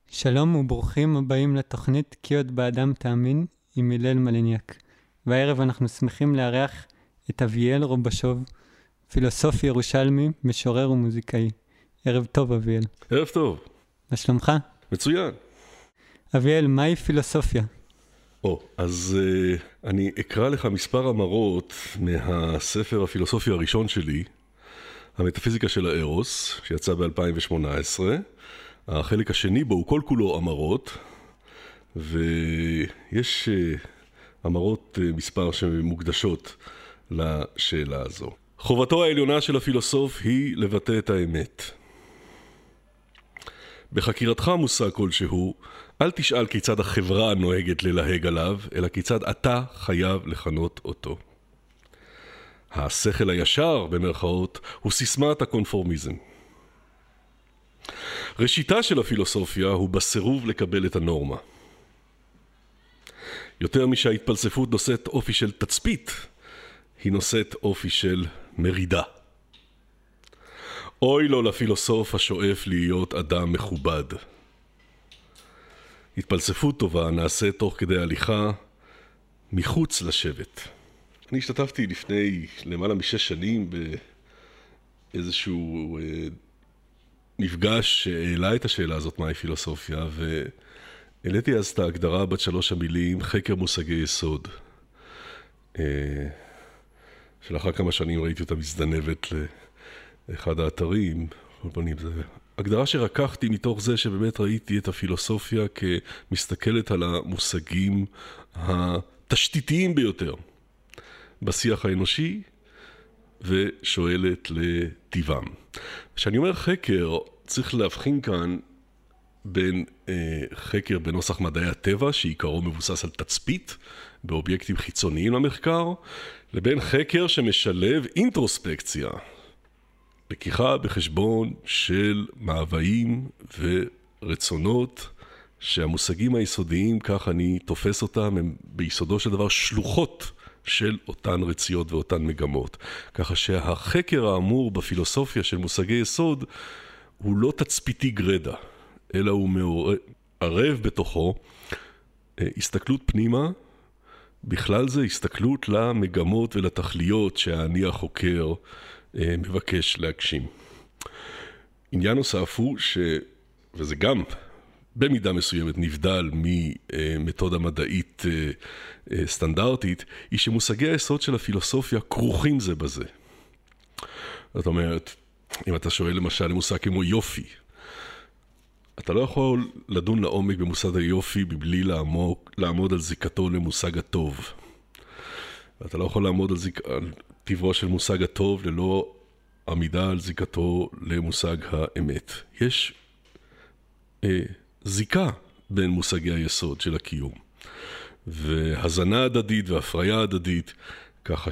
שלום וברוכים הבאים לתוכנית כי עוד באדם תאמין עם הלל מליניאק. והערב אנחנו שמחים לארח את אביאל רובשוב, פילוסוף ירושלמי, משורר ומוזיקאי. ערב טוב אביאל. ערב טוב. מה שלומך? מצוין. אביאל, מהי פילוסופיה? אז אני אקרא לך מספר אמרות מהספר הפילוסופיה הראשון שלי, המטאפיזיקה של הארוס, שיצא ב-2018. החלק השני בו הוא כל כולו אמרות, ויש אמרות מספר שמוקדשות לשאלה הזו. חובתו העליונה של הפילוסוף היא לבטא את האמת. בחקירתך מושג כלשהו, אל תשאל כיצד החברה נוהגת ללהג עליו, אלא כיצד אתה חייב לכנות אותו. השכל הישר, במרכאות, הוא סיסמת הקונפורמיזם. ראשיתה של הפילוסופיה הוא בסירוב לקבל את הנורמה. יותר משההתפלספות נושאת אופי של תצפית, היא נושאת אופי של מרידה. אוי לו לפילוסוף השואף להיות אדם מכובד. התפלספות טובה נעשה תוך כדי הליכה מחוץ לשבט. אני השתתפתי לפני למעלה מ6 שנים באיזשהו מפגש שהעלה את השאלה הזאת מהי פילוסופיה, והעליתי אז את ההגדרה בת 3 המילים חקר מושגי יסוד, שלאחר כמה שנים ראיתי אותה מזדנבת לאחד האתרים. זו הגדרה שרקחתי מתוך זה שבאמת ראיתי את הפילוסופיה כמסתכלת על המושגים התשתיתיים ביותר בשיח האנושי ושואלת לטיבם. כשאני אומר חקר, צריך להבחין כאן בין חקר בנוסח מדעי הטבע, שעיקרו מבוסס על תצפית באובייקטים חיצוניים למחקר, לבין חקר שמשלב אינטרוספקציה, לקיחה בחשבון של מאוויים ורצונות, שהמושגים היסודיים, כך אני תופס אותם, הם ביסודו של דבר שלוחות של אותן רציות ואותן מגמות. ככה שהחקר האמור בפילוסופיה של מושגי יסוד הוא לא תצפיתי גרדה, אלא הוא מערב בתוכו הסתכלות פנימה, בכלל זה הסתכלות למגמות ולתכליות שהאני החוקר מבקש להגשים. עניין נוסף הוא וזה גם במידה מסוימת נבדל ממתודה מדעית סטנדרטית, היא שמושגי היסוד של הפילוסופיה כרוכים זה בזה. זאת אומרת, אם אתה שואל למשל למושג כמו יופי, אתה לא יכול לדון לעומק במושג היופי בבלי לעמוד על זיקתו למושג הטוב. אתה לא יכול לעמוד על טבעו של מושג הטוב ללא עמידה על זיקתו למושג האמת. יש זיקה בין מושגי היסוד של הקיום, והזנה הדדית והפריה הדדית, ככה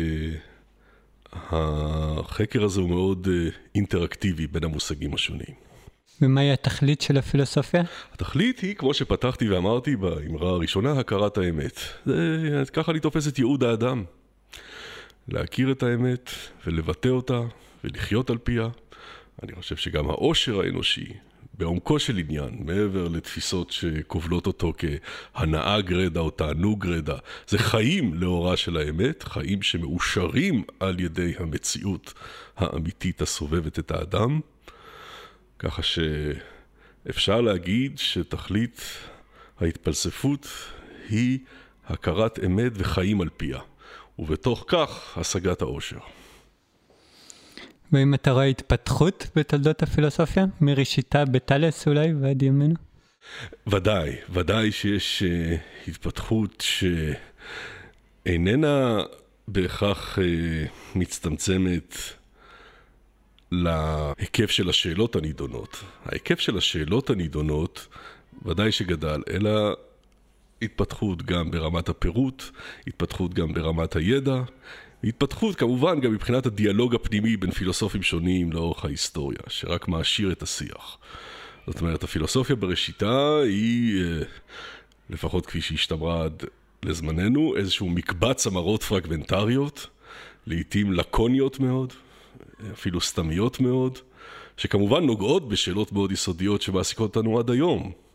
שהחקר הזה הוא מאוד אינטראקטיבי בין המושגים השונים. ומהי התכלית של הפילוסופיה? התכלית היא, כמו שפתחתי ואמרתי באמרה הראשונה, הכרת האמת. ככה אני תופס את ייעוד האדם. להכיר את האמת ולבטא אותה ולחיות על פיה. אני חושב שגם העושר האנושי, בעומקו של עניין, מעבר לתפיסות שקובלות אותו כהנאה גרדה או תענוג גרדה, זה חיים לאורה של האמת, חיים שמאושרים על ידי המציאות האמיתית הסובבת את האדם, ככה שאפשר להגיד שתכלית ההתפלספות היא הכרת אמת וחיים על פיה, ובתוך כך השגת העושר. ואם אתה רואה התפתחות בתולדות הפילוסופיה, מראשיתה בתלס אולי ועד ימינו? ודאי שיש התפתחות שאיננה בהכרח מצטמצמת להיקף של השאלות הנידונות. ההיקף של השאלות הנידונות ודאי שגדל, אלא התפתחות גם ברמת הפירוט, התפתחות גם ברמת הידע, התפתחות כמובן גם מבחינת הדיאלוג הפנימי בין פילוסופים שונים לאורך ההיסטוריה, שרק מעשיר את השיח. זאת אומרת, הפילוסופיה בראשיתה היא, לפחות כפי שהשתמרה עד לזמננו, איזשהו מקבץ אמרות פרגמנטריות, לעתים לקוניות מאוד, אפילו סתמיות מאוד, שכמובן נוגעות בשאלות מאוד יסודיות שמעסיקות אותנו עד היום.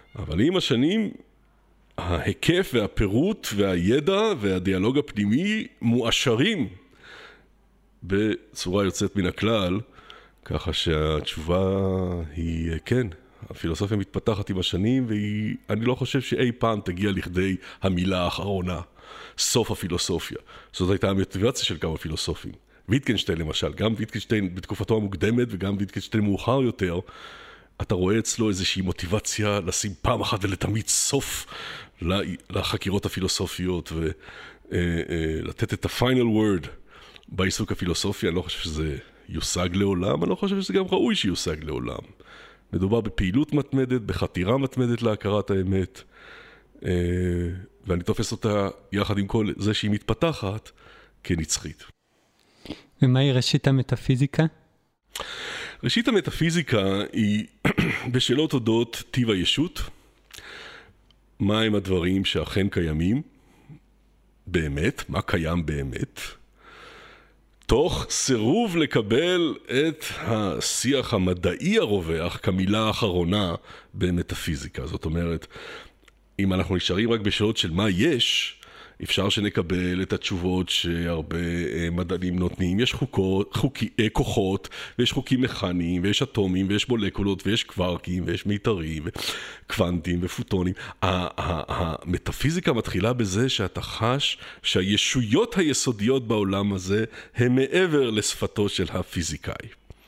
אבל עם השנים, ההיקף והפירוט והידע והדיאלוג הפנימי מואשרים בצורה יוצאת מן הכלל, ככה שהתשובה היא כן, הפילוסופיה מתפתחת עם השנים, ואני לא חושב שאי פעם תגיע לכדי המילה האחרונה, סוף הפילוסופיה. זאת הייתה המוטיבציה של כמה פילוסופים. ויטקנשטיין למשל, גם ויטקנשטיין בתקופתו המוקדמת וגם ויטקנשטיין מאוחר יותר, אתה רואה אצלו איזושהי מוטיבציה לשים פעם אחת ולתמיד סוף לחקירות הפילוסופיות ולתת את ה-final word בעיסוק הפילוסופי. אני לא חושב שזה יושג לעולם, אני לא חושב שזה גם ראוי שיושג לעולם. מדובר בפעילות מתמדת, בחתירה מתמדת להכרת האמת, ואני תופס אותה יחד עם כל זה שהיא מתפתחת כנצחית. ומהי ראשית המטאפיזיקה? ראשית המטאפיזיקה היא בשאלות אודות טיב הישות, מה הם הדברים שאכן קיימים, באמת, מה קיים באמת, תוך סירוב לקבל את השיח המדעי הרווח כמילה האחרונה במטאפיזיקה. זאת אומרת, אם אנחנו נשארים רק בשאלות של מה יש, אפשר שנקבל את התשובות שהרבה מדענים נותנים. יש כוחות, ויש חוקים מכניים, ויש אטומים, ויש מולקולות, ויש קווארקים, ויש מיתרים, וקוונטים, ופוטונים. המטאפיזיקה מתחילה בזה שאתה חש שהישויות היסודיות בעולם הזה הן מעבר לשפתו של הפיזיקאי.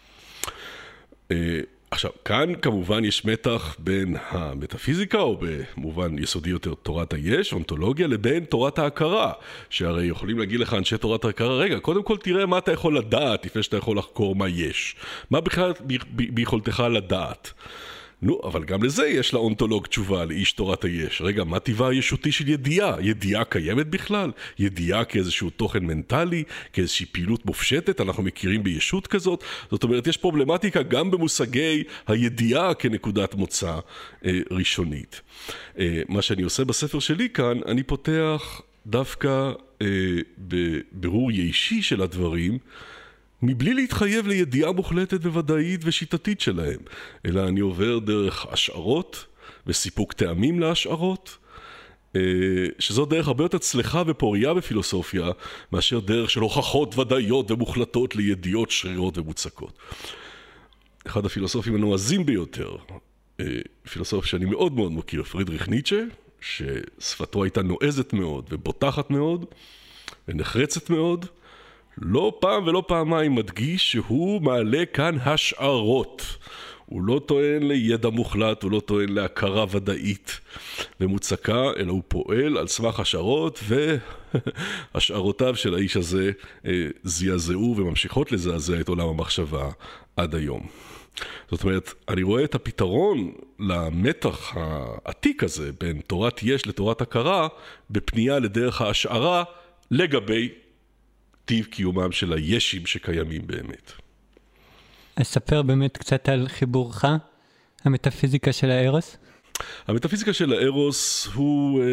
עכשיו, כאן כמובן יש מתח בין המטאפיזיקה, או במובן יסודי יותר תורת היש, אונתולוגיה, לבין תורת ההכרה, שהרי יכולים להגיד לך אנשי תורת ההכרה, רגע, קודם כל תראה מה אתה יכול לדעת, לפני שאתה יכול לחקור מה יש. מה בכלל ביכולתך לדעת? נו, אבל גם לזה יש לאונתולוג תשובה, לאיש תורת היש. רגע, מה טבעה הישותי של ידיעה? ידיעה קיימת בכלל? ידיעה כאיזשהו תוכן מנטלי, כאיזושהי פעילות מופשטת, אנחנו מכירים בישות כזאת. זאת אומרת, יש פרובלמטיקה גם במושגי הידיעה כנקודת מוצא ראשונית. מה שאני עושה בספר שלי כאן, אני פותח דווקא בבירור יישי של הדברים, מבלי להתחייב לידיעה מוחלטת וודאית ושיטתית שלהם, אלא אני עובר דרך השערות וסיפוק טעמים להשערות, שזו דרך הרבה יותר צלחה ופוריה בפילוסופיה, מאשר דרך של הוכחות ודאיות ומוחלטות לידיעות שרירות ומוצקות. אחד הפילוסופים הנועזים ביותר, פילוסוף שאני מאוד מאוד מכיר, פרידריך ניטשה, ששפתו הייתה נועזת מאוד ובוטחת מאוד ונחרצת מאוד, לא פעם ולא פעמיים מדגיש שהוא מעלה כאן השערות. הוא לא טוען לידע מוחלט, הוא לא טוען להכרה ודאית ומוצקה, אלא הוא פועל על סמך השערות, והשערותיו של האיש הזה זעזעו וממשיכות לזעזע את עולם המחשבה עד היום. זאת אומרת, אני רואה את הפתרון למתח העתיק הזה בין תורת יש לתורת הכרה, בפנייה לדרך ההשערה לגבי טיב קיומם של הישים שקיימים באמת. אספר באמת קצת על חיבורך, המטאפיזיקה של הארוס? המטאפיזיקה של הארוס הוא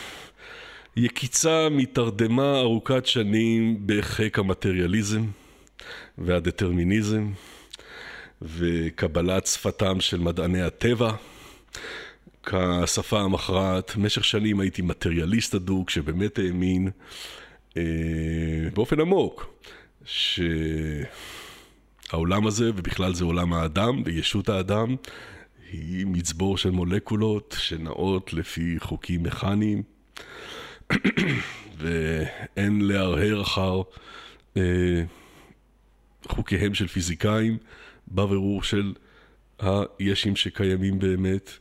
יקיצה מתרדמה ארוכת שנים בחיק המטריאליזם והדטרמיניזם וקבלת שפתם של מדעני הטבע כשפה המכרעת. במשך שנים הייתי מטריאליסט אדוק שבאמת האמין באופן עמוק שהעולם הזה, ובכלל זה עולם האדם וישות האדם, היא מצבור של מולקולות שנעות לפי חוקים מכניים ואין להרהר אחר חוקיהם של פיזיקאים בבירור של הישים שקיימים באמת.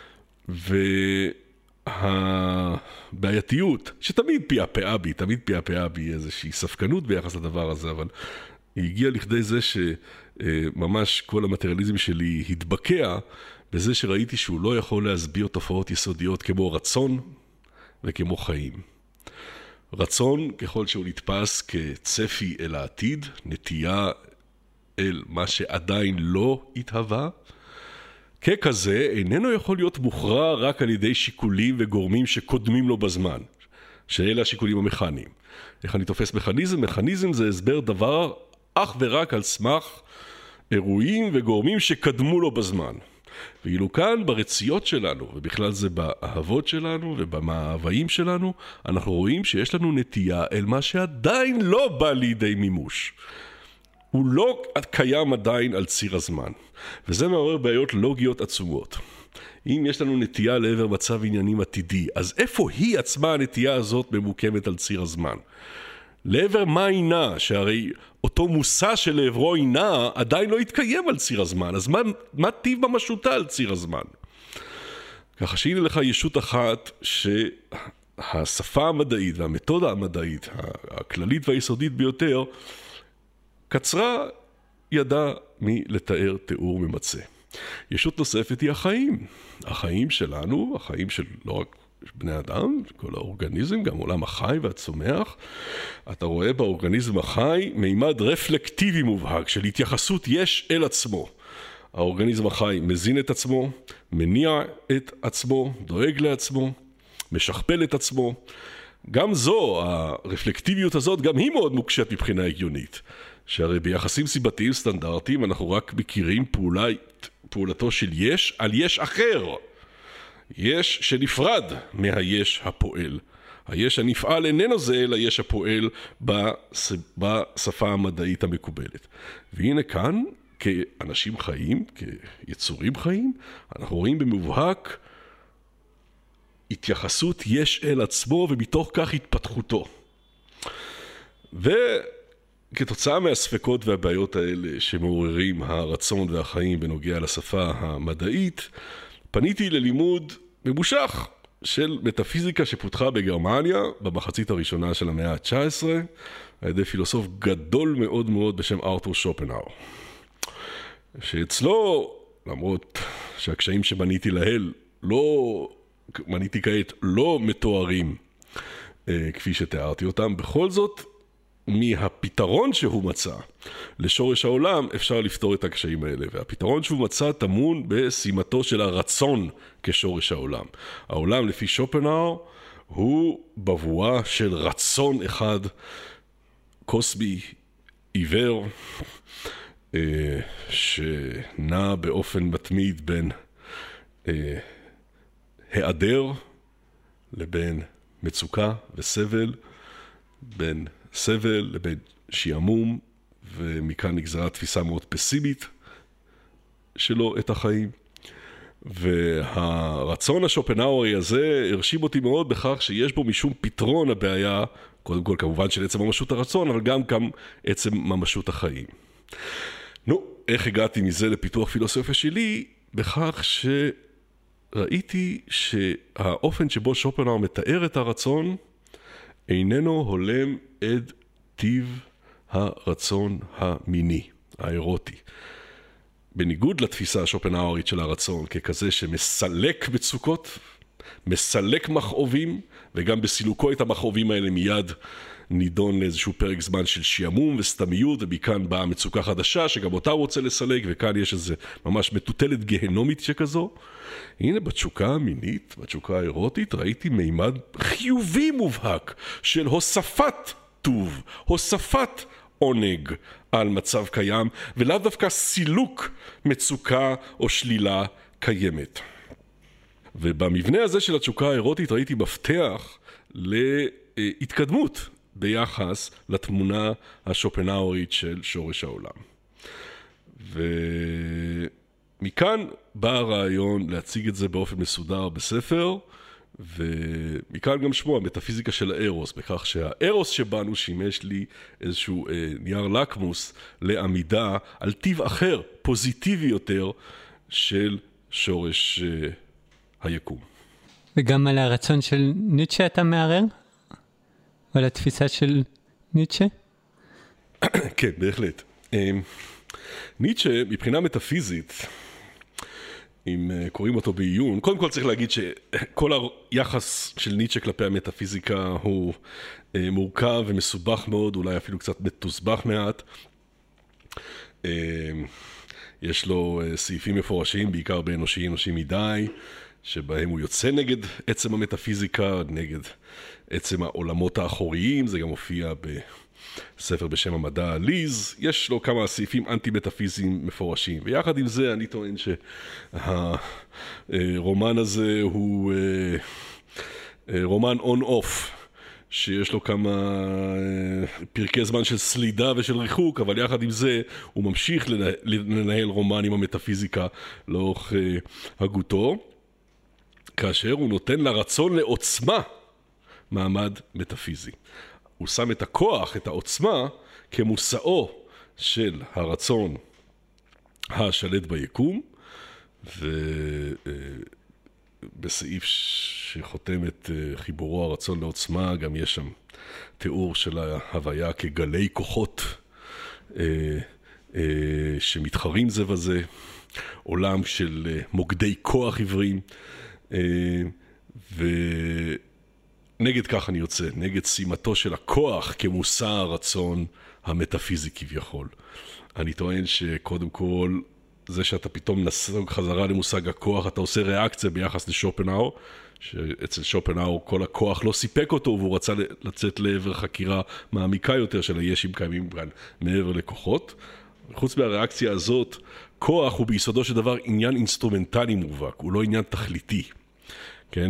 הבעייתיות שתמיד פעפעה בי איזושהי ספקנות ביחס לדבר הזה, אבל היא הגיעה לכדי זה שממש כל המטריאליזם שלי התבקע בזה שראיתי שהוא לא יכול להסביר תופעות יסודיות כמו רצון וכמו חיים. רצון, ככל שהוא נתפס כצפי אל העתיד, נטייה אל מה שעדיין לא התהווה, ככזה איננו יכול להיות מוכרע רק על ידי שיקולים וגורמים שקודמים לו בזמן, שאלה השיקולים המכניים. איך אני תופס מכניזם? מכניזם זה הסבר דבר אך ורק על סמך אירועים וגורמים שקדמו לו בזמן. ואילו כאן ברציות שלנו, ובכלל זה באהבות שלנו ובמאוויים שלנו, אנחנו רואים שיש לנו נטייה אל מה שעדיין לא בא לידי מימוש. הוא לא קיים עדיין על ציר הזמן, וזה מעורר בעיות לוגיות עצומות. אם יש לנו נטייה לעבר מצב עניינים עתידי, אז איפה היא עצמה הנטייה הזאת ממוקמת על ציר הזמן? לעבר מה היא נעה? שהרי אותו מושא שלעברו היא נעה עדיין לא יתקיים על ציר הזמן, אז מה טיב ממשותה על ציר הזמן? ככה שהנה לך ישות אחת שהשפה המדעית והמתודה המדעית הכללית והיסודית ביותר קצרה ידה מלתאר תיאור ממצא. ישות נוספת היא החיים. החיים שלנו, החיים של לא רק בני אדם, כל האורגניזם, גם עולם החי והצומח. אתה רואה באורגניזם החי מימד רפלקטיבי מובהק של התייחסות יש אל עצמו. האורגניזם החי מזין את עצמו, מניע את עצמו, דואג לעצמו, משכפל את עצמו. גם זו, הרפלקטיביות הזאת, גם היא מאוד מוקשת מבחינה הגיונית. שהרי ביחסים סיבתיים סטנדרטיים אנחנו רק מכירים פעולתו של יש על יש אחר. יש שנפרד מהיש הפועל. היש הנפעל איננו זה ליש הפועל בשפה המדעית המקובלת. והנה כאן, כאנשים חיים, כיצורים חיים, אנחנו רואים במובהק התייחסות יש אל עצמו ומתוך כך התפתחותו. וכתוצאה מהספקות והבעיות האלה שמעוררים הרצון והחיים בנוגע לשפה המדעית, פניתי ללימוד ממושך של מטאפיזיקה שפותחה בגרמניה במחצית הראשונה של המאה ה-19 על ידי פילוסוף גדול מאוד מאוד בשם ארתור שופנהאואר, שאצלו, למרות שהקשיים שמניתי כעת לא מתוארים כפי שתיארתי אותם, בכל זאת מהפתרון שהוא מצא לשורש העולם אפשר לפתור את הקשיים האלה, והפתרון שהוא מצא טמון בשימתו של הרצון כשורש העולם. העולם לפי שופנהאואר הוא בבואה של רצון אחד קוסמי עיוור שנע באופן מתמיד בין היעדר לבין מצוקה וסבל, בין סבל לבין שיעמום, ומכאן נגזרה תפיסה מאוד פסימית שלו את החיים. והרצון השופנהאוארי הזה הרשים אותי מאוד בכך שיש בו משום פתרון הבעיה, קודם כל כמובן של עצם ממשות הרצון, אבל גם עצם ממשות החיים. איך הגעתי מזה לפיתוח פילוסופיה שלי? בכך שראיתי שהאופן שבו שופנהאואר מתאר את הרצון איננו הולם את טיב הרצון המיני, האירוטי. בניגוד לתפיסה השופנהאוארית של הרצון ככזה שמסלק מצוקות, מסלק מכאובים, וגם בסילוקו את המכאובים האלה מיד נידון לאיזשהו פרק זמן של שיעמום וסתמיות, ומכאן באה מצוקה חדשה שגם אותה הוא רוצה לסלק, וכאן יש איזה ממש מטוטלת גהנומית שכזו. הנה בתשוקה המינית, בתשוקה האירוטית, ראיתי מימד חיובי מובהק של הוספת טוב, הוספת עונג על מצב קיים, ולאו דווקא סילוק מצוקה או שלילה קיימת. ובמבנה הזה של התשוקה האירוטית ראיתי מפתח להתקדמות ביחס לתמונה השופנהאוארית של שורש העולם. ומכאן בא הרעיון להציג את זה באופן מסודר בספר, ומכאן גם שמו המטאפיזיקה של הארוס, בכך שהארוס שבנו שימש לי איזשהו נייר לקמוס לעמידה על טיב אחר, פוזיטיבי יותר, של שורש היקום. וגם על הרצון של ניטשה אתה מערער? או על התפיסה של ניטשה? כן, בהחלט. ניטשה, מבחינה מטאפיזית, אם קוראים אותו בעיון, קודם כל צריך להגיד שכל היחס של ניטשה כלפי המטאפיזיקה הוא מורכב ומסובך מאוד, אולי אפילו קצת מתוסבך מעט. יש לו סעיפים מפורשים, בעיקר באנושי מדי, שבהם הוא יוצא נגד עצם המטאפיזיקה, נגד עצם העולמות האחוריים. זה גם מופיע ספר בשם המדע העליז, יש לו כמה סעיפים אנטי-מטאפיזיים מפורשים. ויחד עם זה אני טוען שהרומן הזה הוא רומן און-אוף, שיש לו כמה פרקי זמן של סלידה ושל ריחוק, אבל יחד עם זה הוא ממשיך לנהל רומן עם המטאפיזיקה לאורך הגותו, כאשר הוא נותן לרצון לעוצמה מעמד מטאפיזי. הוא שם את הכוח, את העוצמה, כמושאו של הרצון השלט ביקום, ובסעיף שחותם את חיבורו הרצון לעוצמה, גם יש שם תיאור של ההוויה כגלי כוחות שמתחרים זה וזה, עולם של מוקדי כוח עיוורים, נגד כך אני יוצא, נגד שימתו של הכוח כמושא הרצון המטאפיזי כביכול. אני טוען שקודם כל, זה שאתה פתאום נסוג חזרה למושג הכוח, אתה עושה ריאקציה ביחס לשופנהאואר, שאצל שופנהאואר כל הכוח לא סיפק אותו, והוא רצה לצאת לעבר חקירה מעמיקה יותר של הישים קיימים כאן מעבר לכוחות. חוץ מהריאקציה הזאת, כוח הוא ביסודו של דבר עניין אינסטרומנטלי מובהק, הוא לא עניין תכליתי, כן?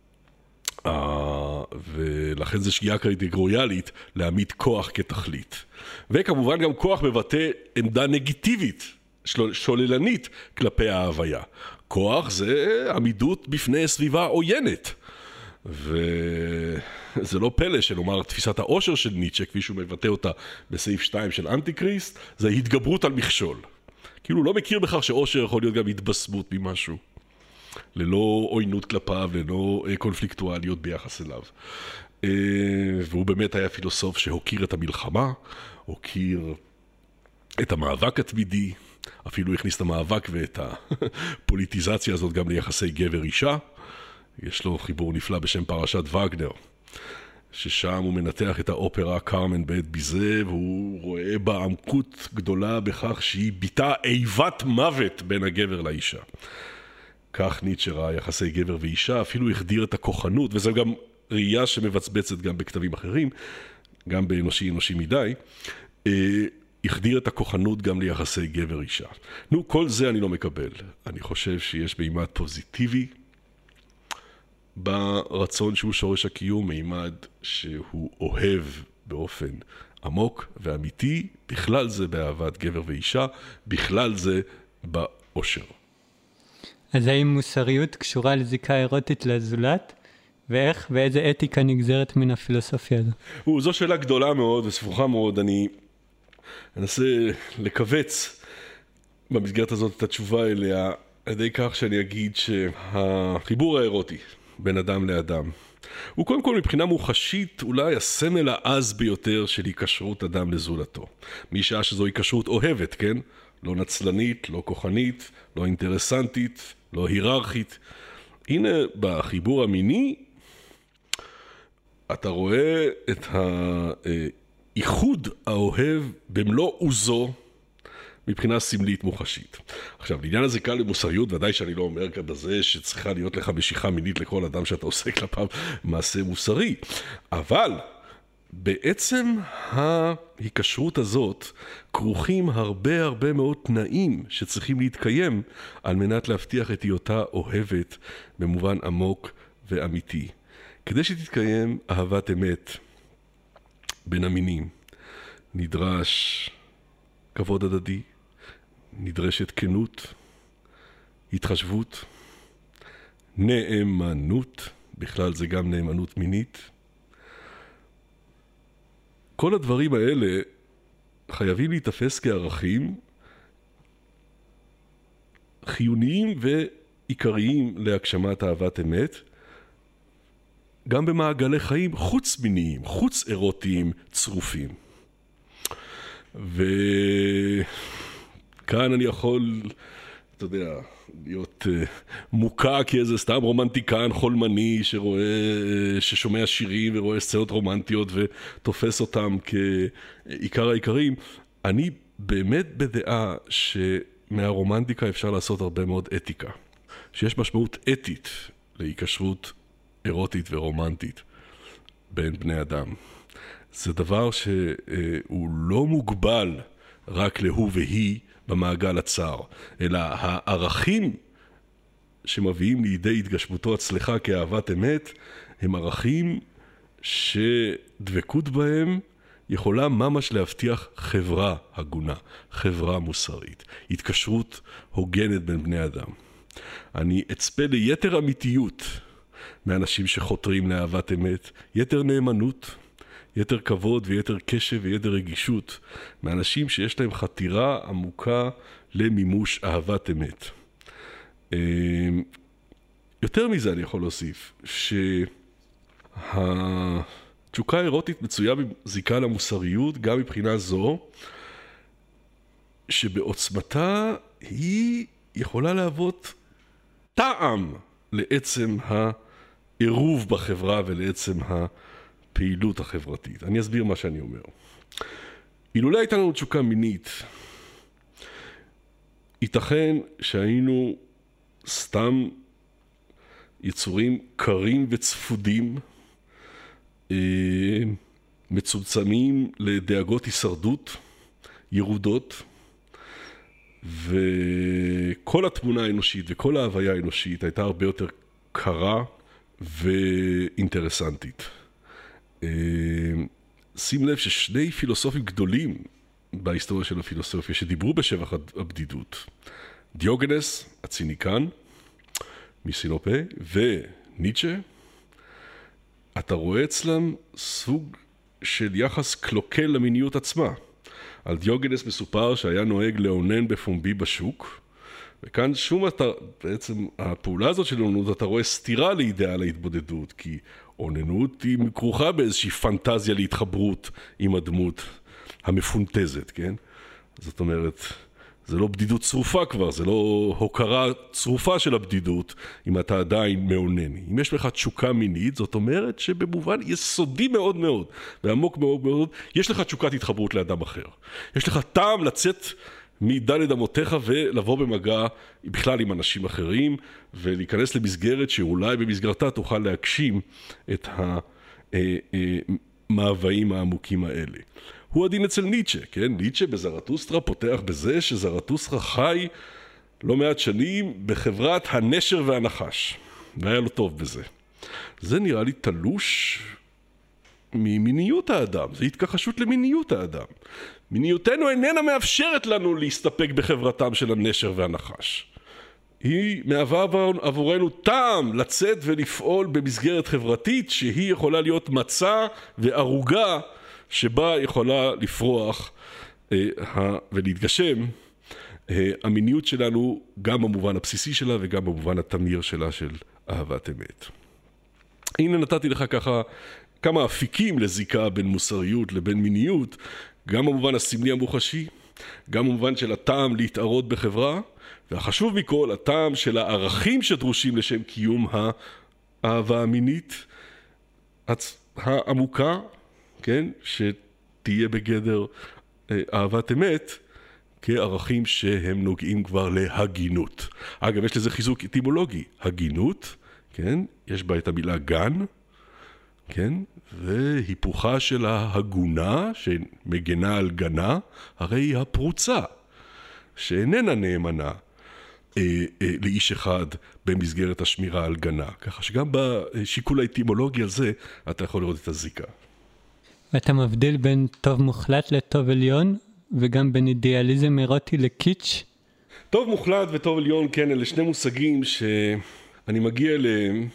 ולכן זה שגיאה קטגוריאלית להעמיד כוח כתכלית. וכמובן גם כוח מבטא עמדה נגיטיבית, שוללנית כלפי ההוויה. כוח זה עמידות בפני סביבה עוינת. וזה לא פלא שנאמר תפיסת העושר של ניטשה, כפי שהוא מבטא אותה בסעיף 2 של אנטיקריסט, זה התגברות על מכשול. כאילו הוא לא מכיר בכך שעושר יכול להיות גם התבשמות ממשהו. ללא עוינות כלפיו, ללא קונפליקטואליות ביחס אליו. והוא באמת היה פילוסוף שהוקיר את המלחמה, הוקיר את המאבק התמידי, אפילו הכניס את המאבק ואת הפוליטיזציה הזאת גם ליחסי גבר-אישה. יש לו חיבור נפלא בשם פרשת וגנר, ששם הוא מנתח את האופרה קרמן בית ביזה, והוא רואה בה עמקות גדולה בכך שהיא ביטה איבת מוות בין הגבר לאישה. כך ניטשה ראה יחסי גבר ואישה, אפילו החדיר את הכוחנות, וזו גם ראייה שמבצבצת גם בכתבים אחרים, גם באנושי מדי, החדיר את הכוחנות גם ליחסי גבר אישה. נו, כל זה אני לא מקבל. אני חושב שיש מימד פוזיטיבי ברצון שהוא שורש הקיום, מימד שהוא אוהב באופן עמוק ואמיתי, בכלל זה באהבת גבר ואישה, בכלל זה באושר. אז האם מוסריות קשורה לזיקה אירוטית לזולת? ואיך ואיזה אתיקה נגזרת מן הפילוסופיה הזו? זו שאלה גדולה מאוד וסבוכה מאוד. אני אנסה לקבץ במסגרת הזאת את התשובה אליה, על ידי כך שאני אגיד שהחיבור האירוטי בין אדם לאדם, הוא קודם כל מבחינה מוחשית אולי הסמל העז ביותר של היקשרות אדם לזולתו. משעה שזו היקשרות אוהבת, כן? לא נצלנית, לא כוחנית, לא אינטרסנטית, לא היררכית. הנה בחיבור המיני אתה רואה את האיחוד האוהב במלוא עוזו מבחינה סמלית מוחשית. עכשיו, לעניין הזה קל למוסריות, ודאי שאני לא אומר כאן בזה שצריכה להיות לך משיכה מינית לכל אדם שאתה עושה כלפיו מעשה מוסרי. אבל בעצם ההיקשרות הזאת כרוכים הרבה מאוד תנאים שצריכים להתקיים על מנת להבטיח את היותה אוהבת במובן עמוק ואמיתי. כדי שתתקיים אהבת אמת בין המינים, נדרש כבוד הדדי, נדרשת כנות, התחשבות, נאמנות, בכלל זה גם נאמנות מינית. כל הדברים האלה חייבים להתאפס כערכים חיוניים ועיקריים להגשמת אהבת אמת, גם במעגלי חיים חוץ מיניים, חוץ אירוטיים צרופים. וכאן אני יכול, אתה יודע, להיות מוקע כאיזה סתם רומנטיקן חולמני ששומע שירים ורואה סצנות רומנטיות ותופס אותם כעיקר העיקרים. אני באמת בדעה שמהרומנטיקה אפשר לעשות הרבה מאוד אתיקה, שיש משמעות אתית להיקשרות אירוטית ורומנטית בין בני אדם. זה דבר שהוא לא מוגבל רק להוא והיא במעגל הצר, אלא הערכים שמביאים לידי התגשמותו הצלחה כאהבת אמת, הם ערכים שדבקות בהם יכולה ממש להבטיח חברה הגונה, חברה מוסרית, התקשרות הוגנת בין בני אדם. אני אצפה ליתר אמיתיות מאנשים שחותרים לאהבת אמת, יתר נאמנות, יתר כבוד ויתר קשב ויתר רגישות, מאנשים שיש להם חתירה עמוקה למימוש אהבת אמת. יותר מזה אני יכול להוסיף, שהתשוקה האירוטית מצויה בזיקה למוסריות, גם מבחינה זו, שבעוצמתה היא יכולה להוות טעם לעצם העירוב בחברה ולעצם הפעילות החברתית. אני אסביר מה שאני אומר. אילולא הייתה לנו תשוקה מינית, ייתכן שהיינו סתם יצורים קרים וצפודים, מצומצמים לדאגות הישרדות, ירודות, וכל התמונה האנושית וכל ההוויה האנושית הייתה הרבה יותר קרה ואינטרסנטית. שים לב ששני פילוסופים גדולים בהיסטוריה של הפילוסופיה שדיברו בשבח הבדידות, דיוגנס הציניקן מסינופה וניטשה, אתה רואה אצלם סוג של יחס קלוקל למיניות עצמה. על דיוגנס מסופר שהיה נוהג לאונן בפומבי בשוק, וכאן בעצם הפעולה הזאת של אוננות, אתה רואה סתירה לאידאל ההתבודדות, כי אוננות היא כרוכה באיזושהי פנטזיה להתחברות עם הדמות המפונטזת, כן? זאת אומרת, זה לא בדידות צרופה כבר, זה לא הוקרה צרופה של הבדידות, אם אתה עדיין מאונן. אם יש לך תשוקה מינית, זאת אומרת שבמובן יסודי מאוד מאוד, ועמוק מאוד מאוד, יש לך תשוקת התחברות לאדם אחר. יש לך טעם לצאת מדלת אמותיך ולבוא במגע בכלל עם אנשים אחרים, ולהיכנס למסגרת שאולי במסגרתה תוכל להגשים את המאוויים העמוקים האלה. הוא הדין אצל ניטשה, כן? ניטשה בזרטוסטרה פותח בזה שזרטוסטרה חי לא מעט שנים בחברת הנשר והנחש, והיה לו טוב בזה. זה נראה לי תלוש ממיניות האדם, זה התכחשות למיניות האדם. מיניותנו איננה מאפשרת לנו להסתפק בחברתם של הנשר והנחש. היא מהווה עבורנו טעם לצאת ולפעול במסגרת חברתית שהיא יכולה להיות מצע וערוגה שבה יכולה לפרוח ולהתגשם המיניות שלנו, גם במובן הבסיסי שלה וגם במובן התמיר שלה של אהבת אמת. הנה נתתי לך ככה כמה אפיקים לזיקה בין מוסריות לבין מיניות, גם במובן הסמלי המוחשי, גם במובן של הטעם להתערות בחברה, והחשוב מכל, הטעם של הערכים שדרושים לשם קיום האהבה המינית העמוקה, כן? שתהיה בגדר אהבת אמת, כערכים שהם נוגעים כבר להגינות. אגב, יש לזה חיזוק אטימולוגי. הגינות, כן? יש בה את המילה גן, כן? והיפוכה של ההגונה, שמגנה על גנה, הרי היא הפרוצה, שאיננה נאמנה לאיש אחד במסגרת השמירה על גנה. ככה שגם בשיקול האטימולוגי הזה, אתה יכול לראות את הזיקה. ואתה מבדיל בין טוב מוחלט לטוב עליון, וגם בין אידיאליזם אירוטי לקיץ'? טוב מוחלט וטוב עליון, כן, אלה שני מושגים שאני מגיע אליהם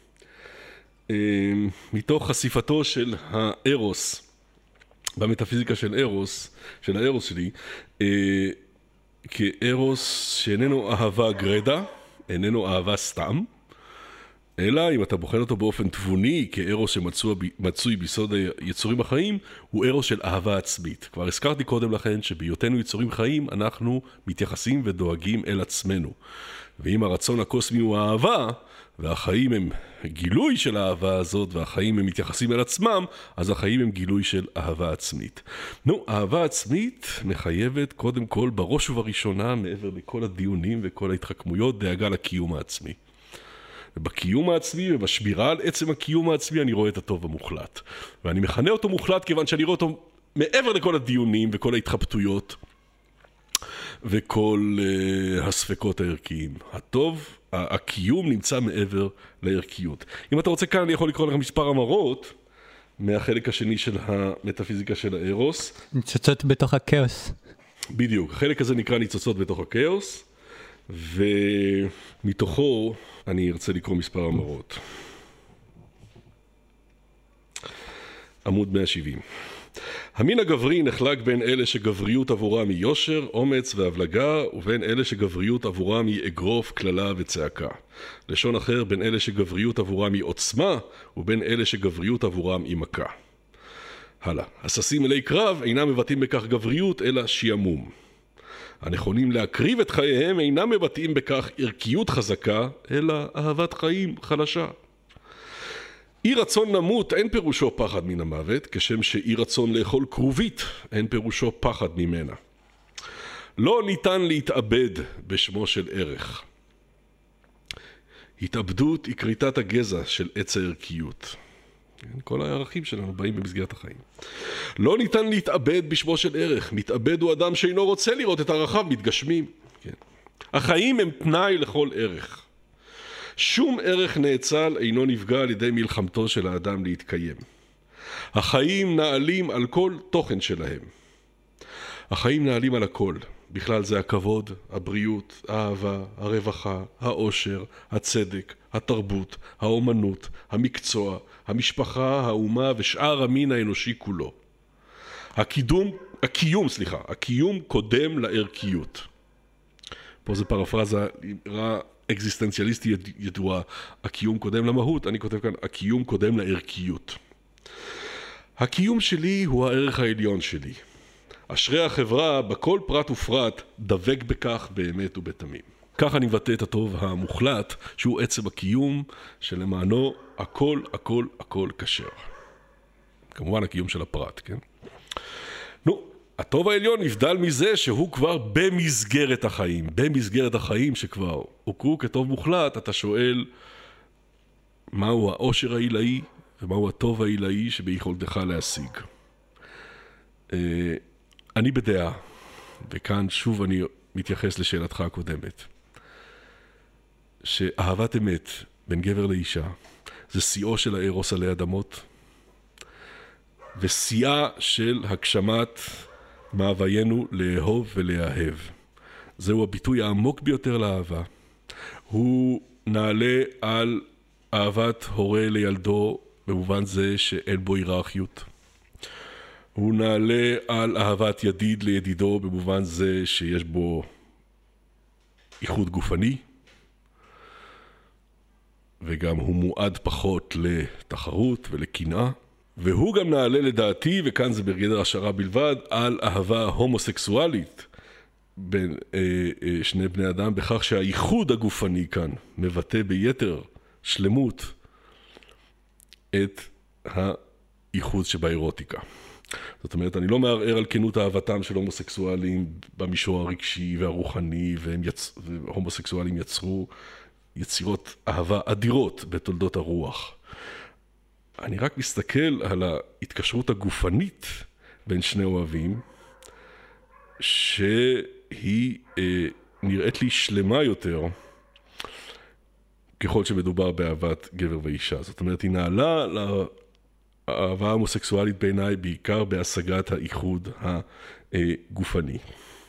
מתוך חשיפתו של הארוס, במטאפיזיקה של ארוס, של הארוס שלי, כארוס שאיננו אהבה גרדה, איננו אהבה סתם, אלא אם אתה בוחן אותו באופן תבוני כארוס שמצוי ביסוד היצורים החיים, הוא ארוס של אהבה עצמית. כבר הזכרתי קודם לכן שבהיותנו יצורים חיים אנחנו מתייחסים ודואגים אל עצמנו. ואם הרצון הקוסמי הוא האהבה, והחיים הם גילוי של האהבה הזאת, והחיים הם מתייחסים אל עצמם, אז החיים הם גילוי של אהבה עצמית. אהבה עצמית מחייבת קודם כל בראש ובראשונה, מעבר לכל הדיונים וכל ההתחכמויות, דאגה לקיום העצמי. ובקיום העצמי ובשמירה על עצם הקיום העצמי אני רואה את הטוב המוחלט. ואני מכנה אותו מוחלט כיוון שאני רואה אותו מעבר לכל הדיונים וכל ההתחבטויות וכל הספקות הערכיים. הטוב, הקיום נמצא מעבר לערכיות. אם אתה רוצה כאן אני יכול לקרוא לך מספר אמרות מהחלק השני של המטאפיזיקה של הארוס. ניצוצות בתוך הכאוס. בדיוק, החלק הזה נקרא ניצוצות בתוך הכאוס, ומתוכו אני ארצה לקרוא מספר אמרות. עמוד 170. המין הגברי נחלק בין אלה שגבריות עבורם היא יושר, אומץ והבלגה, ובין אלה שגבריות עבורם היא אגרוף, כללה וצעקה. לשון אחר, בין אלה שגבריות עבורם היא עוצמה, ובין אלה שגבריות עבורם היא מכה. הלאה. הססים אלי קרב אינם מבטאים בכך גבריות, אלא שיעמום. הנכונים להקריב את חייהם אינם מבטאים בכך ערכיות חזקה, אלא אהבת חיים חלשה. אי רצון למות אין פירושו פחד מן המוות, כשם שאי רצון לאכול כרובית אין פירושו פחד ממנה. לא ניתן להתאבד בשמו של ערך. התאבדות היא כריתת הגזע של עץ הערכיות. כל הערכים שלנו באים במסגרת החיים. לא ניתן להתאבד בשמו של ערך. מתאבד הוא אדם שאינו רוצה לראות את ערכיו מתגשמים. כן. החיים הם תנאי לכל ערך. שום ערך נאצל אינו נפגע על ידי מלחמתו של האדם להתקיים. החיים נעלים על כל תוכן שלהם. החיים נעלים על הכל. בכלל זה הכבוד, הבריאות, האהבה, הרווחה, העושר, הצדק, התרבות, האומנות, המקצוע, המשפחה, האומה ושאר המין האנושי כולו. הקיום קודם לערכיות. פה זה פרפרזה אקזיסטנציאליסטי ידועה, הקיום קודם למהות, אני כותב כאן, הקיום קודם לערכיות. הקיום שלי הוא הערך העליון שלי. אשרי החברה בכל פרט ופרט דבק בכך באמת ובתמים. כך אני מבטא את הטוב המוחלט, שהוא עצם הקיום שלמענו הכל כשר. כמובן הקיום של הפרט, כן? הטוב העליון נבדל מזה שהוא כבר במסגרת החיים. במסגרת החיים שכבר הוכרו כטוב מוחלט, אתה שואל מהו העושר העילאי ומהו הטוב העילאי שביכולתך להשיג. אני בדעה, וכאן שוב אני מתייחס לשאלתך הקודמת, שאהבת אמת בין גבר לאישה זה שיאו של הארוס עלי אדמות, ושיאה של הגשמת מאוויינו לאהוב ולאהב. זהו הביטוי העמוק ביותר לאהבה. הוא נעלה על אהבת הורה לילדו במובן זה שאין בו היררכיות. הוא נעלה על אהבת ידיד לידידו במובן זה שיש בו איחוד גופני, וגם הוא מועד פחות לתחרות ולקנאה. והוא גם נעלה לדעתי, וכאן זה בגדר השערה בלבד, על אהבה הומוסקסואלית בין שני בני אדם, בכך שהייחוד הגופני כאן מבטא ביתר שלמות את הייחוד שבאירוטיקה. זאת אומרת, אני לא מערער על כנות אהבתם של הומוסקסואלים במישור הרגשי והרוחני, והומוסקסואלים יצרו יצירות אהבה אדירות בתולדות הרוח. אני רק מסתכל על ההתקשרות הגופנית בין שני אוהבים, שהיא נראית לי שלמה יותר ככל שמדובר באהבת גבר ואישה. זאת אומרת, היא נעלה לאהבה ההומוסקסואלית בעיניי בעיקר בהשגת האיחוד הגופני.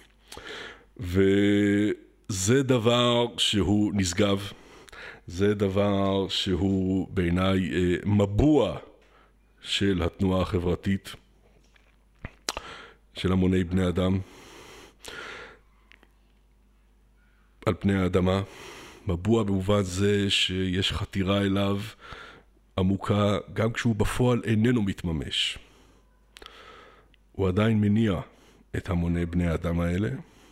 וזה דבר שהוא נשגב, זה דבר שהוא בעיניי מבוע של התנועה החברתית, של המוני בני אדם על פני האדמה. מבוע במובן זה שיש חתירה אליו עמוקה גם כשהוא בפועל איננו מתממש. הוא עדיין מניע את המוני בני האדם האלה,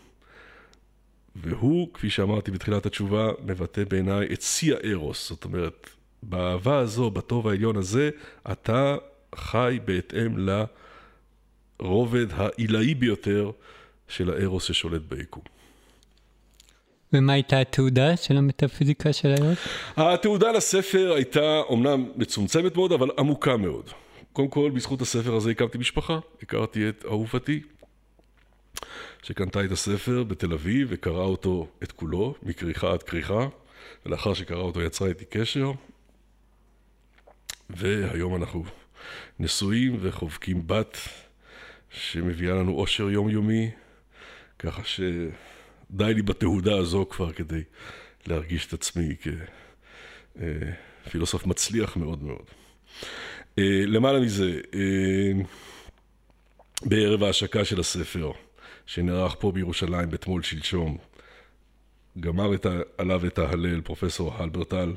והוא, כפי שאמרתי בתחילת התשובה, מבטא בעיניי את שיא הארוס. זאת אומרת, באהבה הזו, בטוב העליון הזה, אתה חי בהתאם לרובד העילאי ביותר של הארוס ששולט ביקום. ומה הייתה התעודה של המטאפיזיקה של היום? התעודה לספר הייתה אומנם מצומצמת מאוד, אבל עמוקה מאוד. קודם כל, בזכות הספר הזה הקמתי משפחה, הכרתי את אהובתי, שקנתה את הספר בתל אביב וקראה אותו את כולו, מכריכה עד כריכה, ולאחר שקראה אותו יצרה איתי קשר, והיום אנחנו נשואים וחובקים בת שמביאה לנו אושר יומיומי, ככה שדי לי בתעודה הזו כבר כדי להרגיש את עצמי כפילוסוף מצליח מאוד מאוד. למעלה מזה, בערב ההשקה של הספר, שנערך פה בירושלים בתמול שלשום, גמר עליו את ההלל פרופסור הלברטל,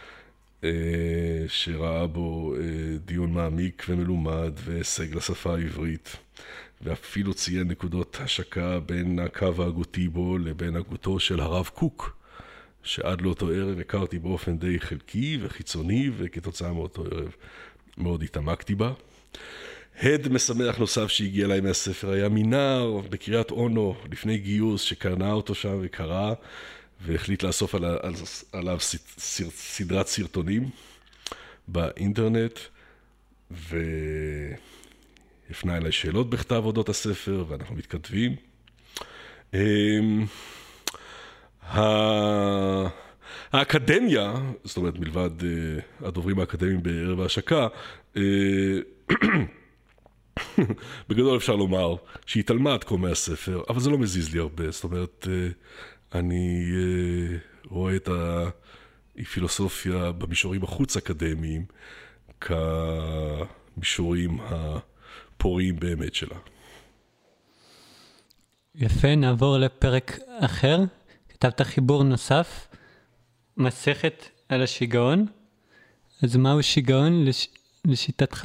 שראה בו דיון מעמיק ומלומד והישג לשפה העברית, ואפילו ציין נקודות השקה בין הקו ההגותי בו לבין הגותו של הרב קוק, שעד לאותו ערב הכרתי באופן די חלקי וחיצוני, וכתוצאה מאותו ערב מאוד התעמקתי בה. הד משמח נוסף שהגיע אליי מהספר היה מינר בקריית אונו לפני גיוס, שקרנה אותו שם וקרא, והחליט לאסוף עליו סדרת סרטונים באינטרנט, והפנה אליי שאלות בכתב אודות הספר, ואנחנו מתכתבים. האקדמיה, זאת אומרת מלבד הדוברים האקדמיים בערב ההשקה, בגדול אפשר לומר שהיא התעלמה עד כה מהספר, אבל זה לא מזיז לי הרבה. זאת אומרת, אני רואה את הפילוסופיה במישורים החוץ אקדמיים כמישורים הפוריים באמת שלה. יפה, נעבור לפרק אחר. כתבת חיבור נוסף, מסכת על השיגעון. אז מהו שיגעון לשיטתך?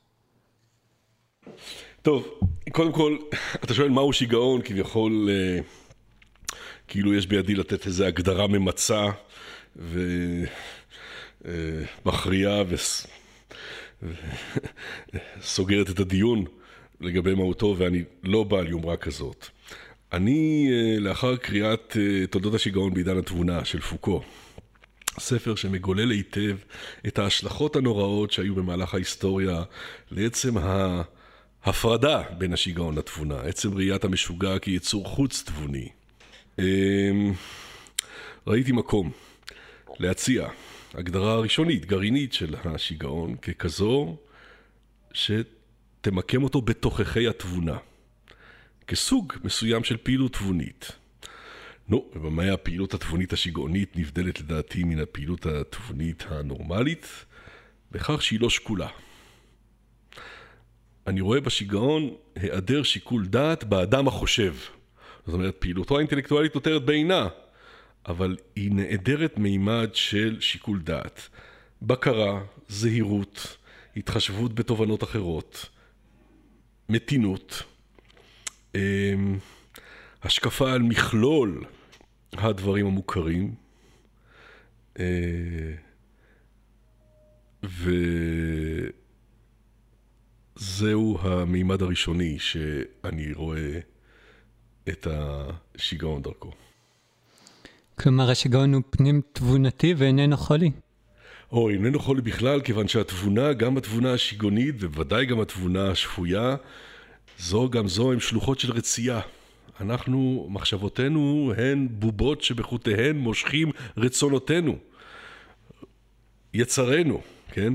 טוב, קודם כל, אתה שואל מהו שיגעון, כביכול, כאילו יש בידי לתת איזו הגדרה ממצה ומכריעה וסוגרת את הדיון לגבי מהותו, ואני לא בעל יומרה כזאת. אני, לאחר קריאת תולדות השיגעון בעידן התבונה של פוקו, ספר שמגולל היטב את ההשלכות הנוראות שהיו במהלך ההיסטוריה לעצם ההפרדה בין השיגעון לתבונה, עצם ראיית המשוגע כיצור חוץ תבוני. ראיתי מקום להציע הגדרה ראשונית, גרעינית של השיגעון, ככזו שתמקם אותו בתוככי התבונה, כסוג מסוים של פעילות תבונית. נו, ובמה הפעילות התבונית השיגעונית נבדלת לדעתי מן הפעילות התבונית הנורמלית? בכך שהיא לא שקולה. אני רואה בשיגעון היעדר שיקול דעת באדם החושב. זאת אומרת, פעילותו האינטלקטואלית נותרת בעינה, אבל היא נעדרת מימד של שיקול דעת. בקרה, זהירות, התחשבות בתובנות אחרות, מתינות, השקפה על מכלול הדברים המוכרים, וזהו המימד הראשוני שאני רואה את השיגעון דרכו. כלומר, השיגעון הוא פנים תבונתי ואיננו חולי. איננו חולי בכלל, כיוון שהתבונה, גם התבונה השיגעונית, ובוודאי גם התבונה השפויה, גם זו הם שלוחות של רצייה. אנחנו, מחשבותינו הן בובות שבחוטיהן מושכים רצונותינו, יצרנו, כן?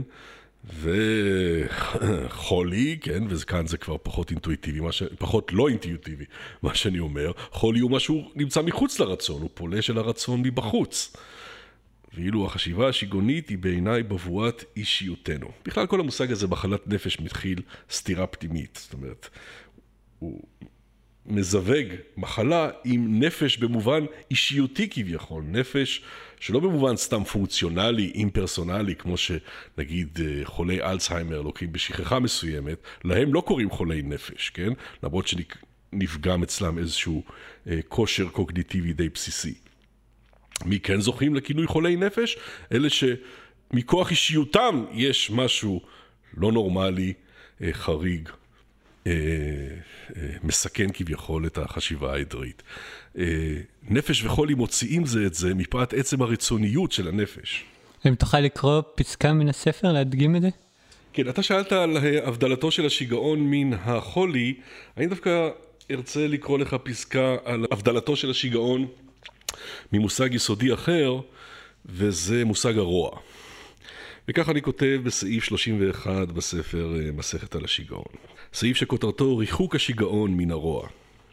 וחולי, כן? וכאן זה כבר פחות אינטואיטיבי, פחות לא אינטואיטיבי, מה שאני אומר. חולי הוא משהו נמצא מחוץ לרצון, הוא פולש של הרצון מבחוץ. ואילו החשיבה השיגעונית היא בעיניי בבואת אישיותנו. בכלל כל המושג הזה מחלת נפש מתחיל סתירה פנימית. זאת אומרת, הוא מזווג מחלה עם נפש במובן אישיותי כביכול. נפש שלא במובן סתם פונקציונלי, אימפרסונלי, כמו שנגיד חולי אלצהיימר לוקים בשכחה מסוימת, להם לא קוראים חולי נפש, כן? למרות שנפגם אצלם איזשהו כושר קוגניטיבי די בסיסי. מי כן זוכים לכינוי חולי נפש? אלה שמכוח אישיותם יש משהו לא נורמלי, חריג מסכן כביכול את החשיבה העדרית. נפש וחולי מוציאים זה את זה מפאת עצם הרצוניות של הנפש. אם תוכל לקרוא פסקה מן הספר, להדגים את זה? כן, אתה שאלת על הבדלתו של השיגעון מן החולי, אני דווקא ארצה לקרוא לך פסקה על הבדלתו של השיגעון ממושג יסודי אחר, וזה מושג הרוע. וכך אני כותב בסעיף 31 בספר מסכת על השיגעון. סעיף שכותרתו ריחוק השיגעון מן הרוע.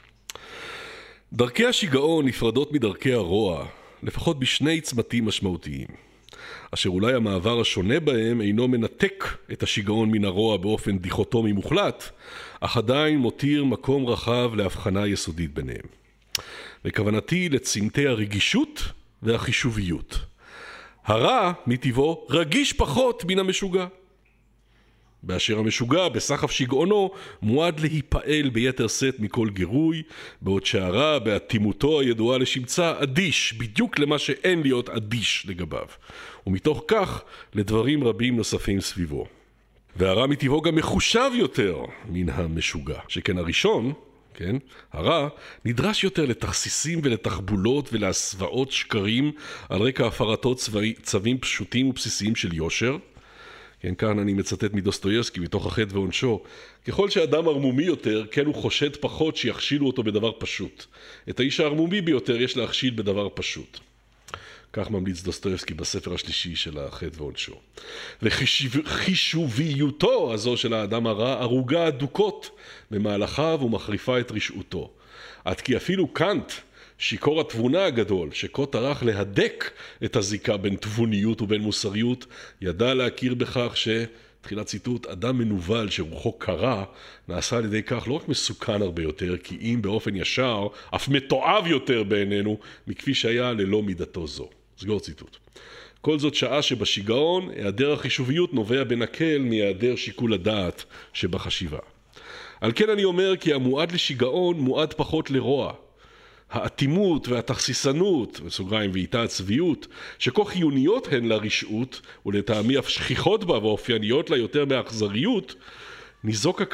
דרכי השיגעון נפרדות מדרכי הרוע, לפחות בשני צמתים משמעותיים, אשר אולי המעבר השונה בהם אינו מנתק את השיגעון מן הרוע באופן דיכוטומי מוחלט, אך עדיין מותיר מקום רחב להבחנה יסודית ביניהם. וכוונתי לצמתי הרגישות והחישוביות. הרע מטבעו רגיש פחות מן המשוגע, באשר המשוגע בסחף שיגעונו מועד להיפעל ביתר שאת מכל גירוי, בעוד שהרע באטימותו הידועה לשמצה אדיש בדיוק למה שאין להיות אדיש לגביו, ומתוך כך לדברים רבים נוספים סביבו. והרע מטבעו גם מחושב יותר מן המשוגע, שכן הראשון, כן, הרע נדרש יותר לתכסיסים ולתחבולות ולהסוואות שקרים על רקע הפרתו צווים פשוטים ובסיסיים של יושר. כן, כאן אני מצטט מדוסטויבסקי מתוך החטא ועונשו. ככל שאדם ערמומי יותר, כן הוא חושד פחות שיכשילו אותו בדבר פשוט. את האיש הערמומי ביותר יש להכשיל בדבר פשוט. כך ממליץ דוסטויבסקי בספר השלישי של החטא ועונשו. וחישוביותו הזו של האדם הרע ארוגה אדוקות במהלכיו ומחריפה את רשעותו. עד כי אפילו קאנט, שיקור התבונה הגדול, שכה טרח להדק את הזיקה בין תבוניות ובין מוסריות, ידע להכיר בכך תחילת ציטוט, אדם מנוול שרוחו קרה, נעשה על ידי כך לא רק מסוכן הרבה יותר, כי אם באופן ישר, אף מתועב יותר בעינינו, מכפי שהיה ללא מידתו זו. סגור ציטוט. כל זאת שעה שבשיגעון, היעדר החישוביות נובע בנקל מהיעדר שיקול הדעת שבחשיבה. על כן אני אומר כי המועד לשיגעון מועד פחות לרוע. האטימות והתכסיסנות, בסוגריים ואיתה הצביעות, שכה חיוניות הן לרשעות, ולטעמי אף שכיחות בה ואופייניות לה יותר מאכזריות, ניזוקות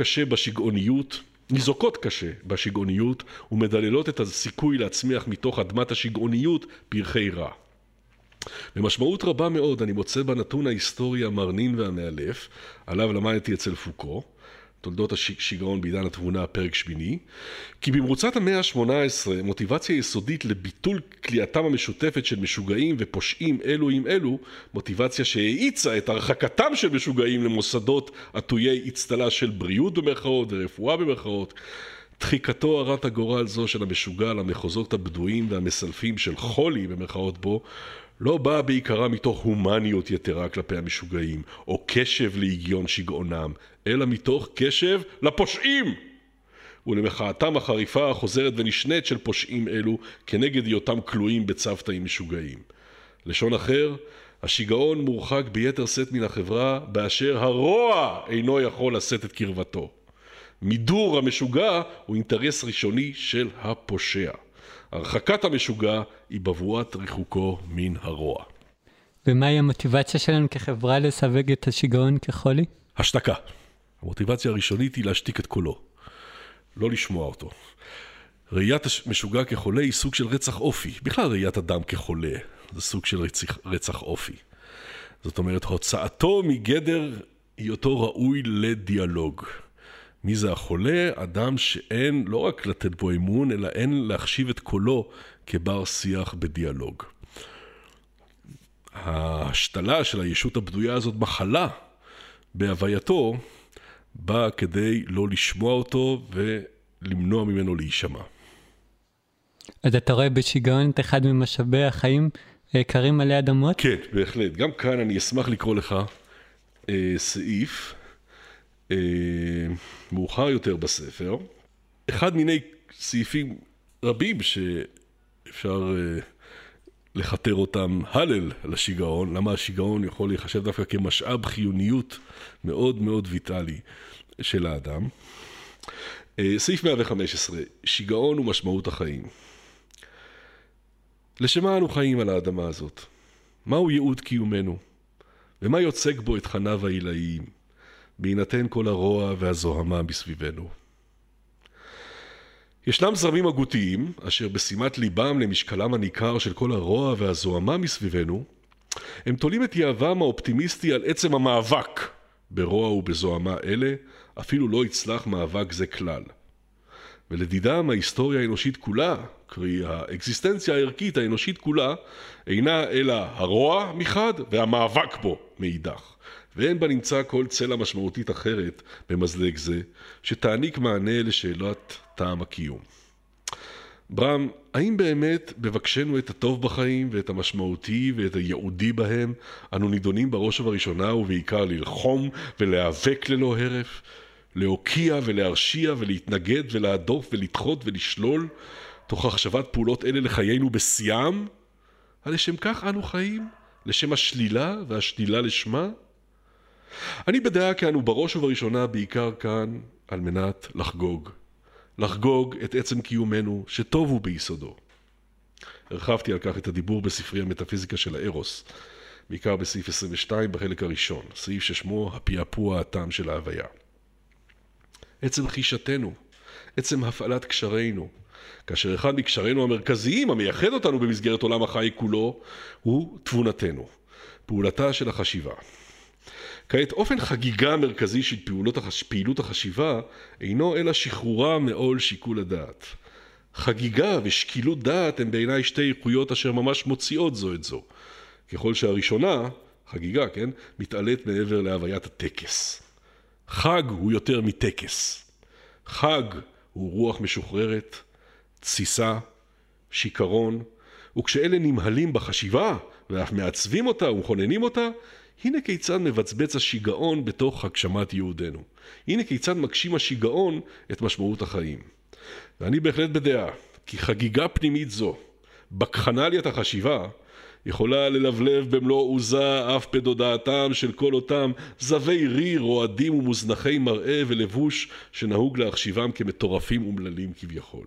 קשה בשגעוניות, ומדללות את הסיכוי להצמיח מתוך אדמת השגעוניות פרחי רע. במשמעות רבה מאוד אני מוצא בנתון ההיסטורי המרנין והמאלף, עליו למדתי אצל פוקו, תולדות השיגעון בעידן התבונה, פרק 8, כי במרוצת המאה ה-18 מוטיבציה יסודית לביטול כליאתם המשותפת של משוגעים ופושעים אלו עם אלו, מוטיבציה שהאיצה את הרחקתם של משוגעים למוסדות עטויי הצטלה של בריאות במרכאות ורפואה במרכאות, דחיקתו הרת הגורל זו של המשוגע למחוזות הבדויים והמסלפים של חולי במרכאות בו, לא באה בעיקרה מתוך הומניות יתרה כלפי המשוגעים, או קשב להגיון שגעונם, אלא מתוך קשב לפושעים, ולמחאתם החריפה החוזרת ונשנית של פושעים אלו, כנגד היותם כלואים בצוותאים משוגעים. לשון אחר, השיגעון מורחק ביתר שאת מן החברה, באשר הרוע אינו יכול לשאת את קרבתו. מידור המשוגע הוא אינטרס ראשוני של הפושע. הרחקת המשוגע היא בבואת ריחוקו מן הרוע. ומהי המוטיבציה שלנו כחברה לסווג את השיגעון כחולי? השתקה. המוטיבציה הראשונית היא להשתיק את קולו. לא לשמוע אותו. ראיית המשוגע כחולה היא סוג של רצח אופי. בכלל ראיית אדם כחולה זה סוג של רצח אופי. זאת אומרת, הוצאתו מגדר היותו ראוי לדיאלוג. מי זה החולה? אדם שאין לא רק לתת בו אמון, אלא אין להחשיב את קולו כבר שיח בדיאלוג. ההשתלה של הישות הבדויה הזאת מחלה בהווייתו, באה כדי לא לשמוע אותו ולמנוע ממנו להישמע. אז אתה רואה בשיגעון את אחד ממשאבי החיים היקרים עלי אדמות? כן, בהחלט. גם כאן אני אשמח לקרוא לך סעיף מאוחר יותר בספר. אחד מיני סעיפים רבים שאפשר לחתר אותם הלל לשיגעון, למה השיגעון יכול להיחשב דווקא כמשאב חיוניות מאוד מאוד ויטלי של האדם. סעיף 115, שיגעון ומשמעות החיים. לשמה אנו חיים על האדמה הזאת? מהו ייעוד קיומנו? ומה יוצג בו את חניו העילאיים, בהינתן כל הרוע והזוהמה בסביבנו? ישנם זרמים הגותיים, אשר בשימת ליבם למשקלם הניכר של כל הרוע והזוהמה מסביבנו, הם תולים את יהבם האופטימיסטי על עצם המאבק ברוע ובזוהמה אלה, אפילו לא יצלח מאבק זה כלל. ולדידם ההיסטוריה האנושית כולה, קרי האקזיסטנציה הערכית האנושית כולה, אינה אלא הרוע מחד והמאבק בו מאידך. ואין בה נמצא כל צלע משמעותית אחרת במזלג זה, שתעניק מענה לשאלת טעם הקיום. ברם, האם באמת בבקשנו את הטוב בחיים ואת המשמעותי ואת הייעודי בהם, אנו נידונים בראש ובראשונה ובעיקר ללחום ולהיאבק ללא הרף, להוקיע ולהרשיע ולהתנגד ולהדוף ולדחות ולשלול, תוך החשבת פעולות אלה לחיינו בשיאם? לשם כך אנו חיים? לשם השלילה והשלילה לשמה? אני בדעה כי אנו בראש ובראשונה בעיקר כאן על מנת לחגוג. לחגוג את עצם קיומנו שטוב הוא ביסודו. הרחבתי על כך את הדיבור בספרי המטאפיזיקה של הארוס, בעיקר בסעיף 22 בחלק הראשון, סעיף ששמו הפעפוע הטעם של ההוויה. עצם חישתנו, עצם הפעלת קשרינו, כאשר אחד מקשרינו המרכזיים המייחד אותנו במסגרת עולם החי כולו, הוא תבונתנו, פעולתה של החשיבה. כעת אופן חגיגה מרכזי של פעילות החשיבה אינו אלא שחרורה מעול שיקול הדעת. חגיגה ושקילות דעת הם בעיניי שתי איכויות אשר ממש מוציאות זו את זו. ככל שהראשונה, חגיגה, כן, מתעלית מעבר להוויית הטקס. חג הוא יותר מטקס. חג הוא רוח משוחררת, תסיסה, שיקרון, וכשאלה נמהלים בחשיבה ואף מעצבים אותה ומכוננים אותה, הנה כיצד מבצבץ השיגעון בתוך הגשמת יהודנו. הנה כיצד מגשים השיגעון את משמעות החיים. ואני בהחלט בדעה כי חגיגה פנימית זו, בקחנליית החשיבה, יכולה ללבלב במלוא עוזה אף בדודעתם של כל אותם זבי ריר, רועדים ומוזנחי מראה ולבוש שנהוג להחשיבם כמטורפים ומללים כביכול.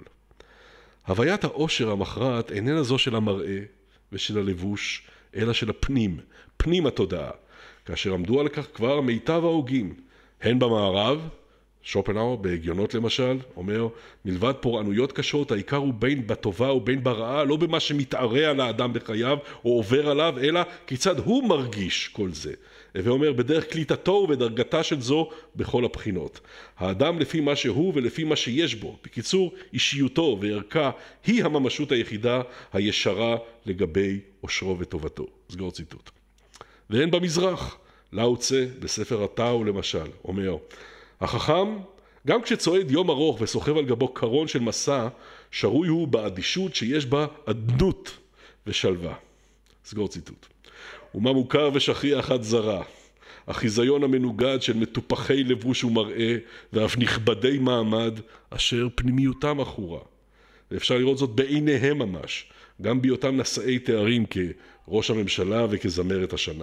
הוויית האושר המכרעת איננה זו של המראה ושל הלבוש, אלא של הפנים, פנים התודעה, כאשר עמדו על כך כבר מיטב ההוגים, הן במערב, שופנהאואר בהגיונות למשל, אומר, מלבד פורענויות קשות, העיקר הוא בין בטובה ובין ברעה, לא במה שמתערע על האדם בחייו או עובר עליו, אלא כיצד הוא מרגיש כל זה. ואומר, בדרך קליטתו ובדרגתה של זו בכל הבחינות. האדם לפי מה שהוא ולפי מה שיש בו, בקיצור, אישיותו וערכה, היא הממשות היחידה הישרה לגבי אושרו וטובתו. סגור ציטוט. והן במזרח, לאו צה בספר הטאו למשל, אומר, החכם, גם כשצועד יום ארוך וסוחב על גבו קרון של מסע, שרוי הוא באדישות שיש בה עדנות ושלווה. סגור ציטוט. ומה מוכר ושכיח עד זרה, החיזיון המנוגד של מטופחי לבוש ומראה ואף נכבדי מעמד אשר פנימיותם אחורה. ואפשר לראות זאת בעיניהם ממש, גם בהיותם נשאי תארים כראש הממשלה וכזמרת השנה.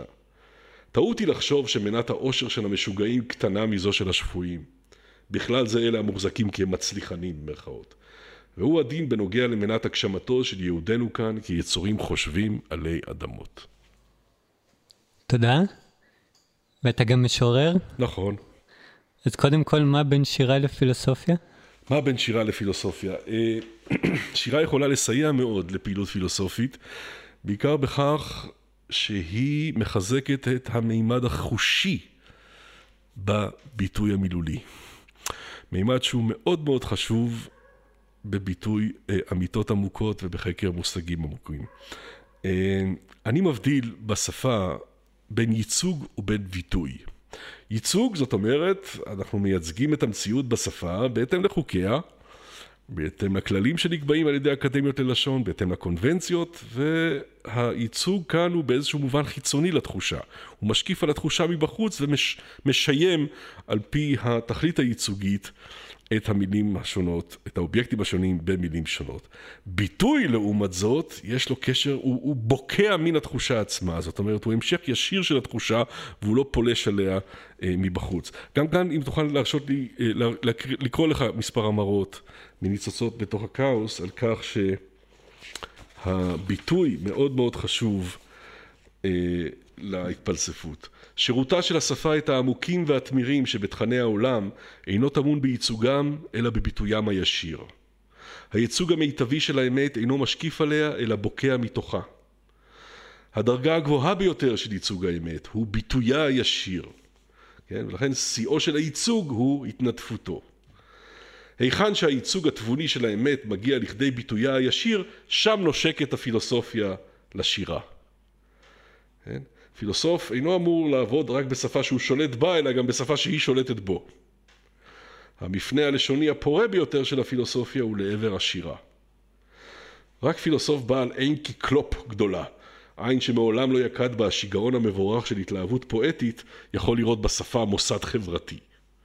טעות היא לחשוב שמנת האושר של המשוגעים קטנה מזו של השפויים. בכלל זה אלה המוחזקים כמצליחנים במרכאות. והוא הדין בנוגע למנת הגשמתו של יהודנו כאן כיצורים חושבים עלי אדמות. תודה. ואתה גם משורר? נכון. אז קודם כל, מה בין שירה לפילוסופיה? מה בין שירה לפילוסופיה? שירה יכולה לסייע מאוד לפעילות פילוסופית, בעיקר בכך שהיא מחזקת את המימד החושי בביטוי המילולי. מימד שהוא מאוד מאוד חשוב בביטוי אמיתות עמוקות ובחקר מושגים עמוקים. אני מבדיל בשפה בין ייצוג ובין ביטוי. ייצוג זאת אומרת, אנחנו מייצגים את המציאות בשפה בהתאם לחוקיה, בהתאם לכללים שנקבעים על ידי אקדמיות ללשון, בהתאם לקונבנציות, והייצוג כאן הוא באיזשהו מובן חיצוני לתחושה. הוא משקיף על התחושה מבחוץ ומשיים על פי התכלית הייצוגית את המילים השונות, את האובייקטים השונים במילים שונות. ביטוי לעומת זאת, יש לו קשר, הוא בוקע מן התחושה עצמה, זאת אומרת, הוא המשך ישיר של התחושה, והוא לא פולש עליה מבחוץ. גם כאן, אם תוכל להרשות לי, לקרוא לך מספר אמרות מניצוצות בתוך הכאוס, על כך שהביטוי מאוד מאוד חשוב להתפלספות. שירותה של השפה את העמוקים והתמירים שבתכני העולם אינו טמון בייצוגם אלא בביטוים הישיר. הייצוג המיטבי של האמת אינו משקיף עליה, אלא בוקע מתוכה. הדרגה הגבוהה ביותר של ייצוג האמת הוא ביטויה הישיר. כן? ולכן שיאו של הייצוג הוא התנדפותו. היכן שהייצוג התבוני של האמת מגיע לכדי ביטויה הישיר, שם נושקת הפילוסופיה לשירה. כן? פילוסוף אינו אמור לעבוד רק בשפה שהוא שולט בה, אלא גם בשפה שהיא שולטת בו. המפנה הלשוני הפורה ביותר של הפילוסופיה הוא לעבר השירה. רק פילוסוף בעל עין כקלופ גדולה, עין שמעולם לא יקד בה השיגעון המבורך של התלהבות פואטית, יכול לראות בשפה מוסד חברתי.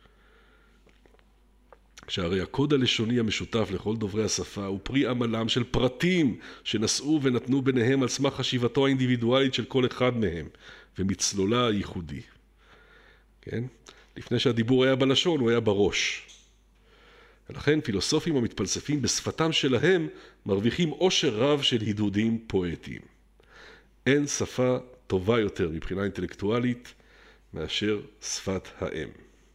שהרי הקוד הלשוני המשותף לכל דוברי השפה הוא פרי עמלם של פרטים שנשאו ונתנו ביניהם על סמך חשיבתו האינדיבידואלית של כל אחד מהם, ומצלולה הייחודי. כן? לפני שהדיבור היה בלשון, הוא היה בראש. ולכן פילוסופים המתפלספים בשפתם שלהם מרוויחים עושר רב של הידודים פואטיים. אין שפה טובה יותר מבחינה אינטלקטואלית מאשר שפת האם.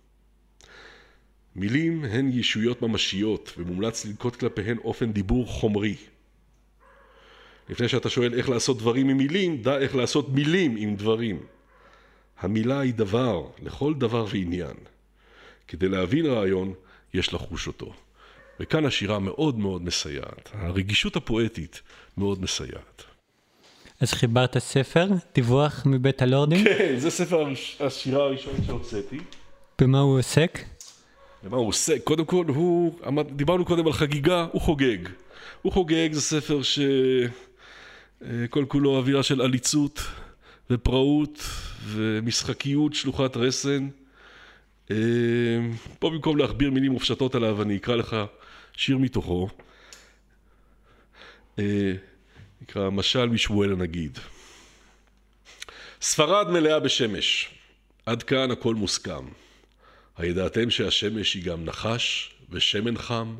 מילים הן ישויות ממשיות ומומלץ לנקוט כלפיהן אופן דיבור חומרי. לפני שאתה שואל איך לעשות דברים עם מילים, דע איך לעשות מילים עם דברים. המילה היא דבר, לכל דבר ועניין. כדי להבין רעיון, יש לחוש אותו. וכאן השירה מאוד מאוד מסייעת. הרגישות הפואטית מאוד מסייעת. אז חיברת ספר, דיווח מבית הלורדים? כן, זה ספר השירה הראשון שהוצאתי. במה הוא עוסק? במה הוא עוסק? קודם כל, דיברנו קודם על חגיגה, הוא חוגג. הוא חוגג, זה ספר שכל כולו אווירה של עליצות ופראות ומשחקיות שלוחת רסן. פה במקום להכביר מילים מופשטות עליו, אני אקרא לך שיר מתוכו. נקרא משל משמואל הנגיד. ספרד מלאה בשמש, עד כאן הכל מוסכם. הידעתם שהשמש היא גם נחש ושמן חם?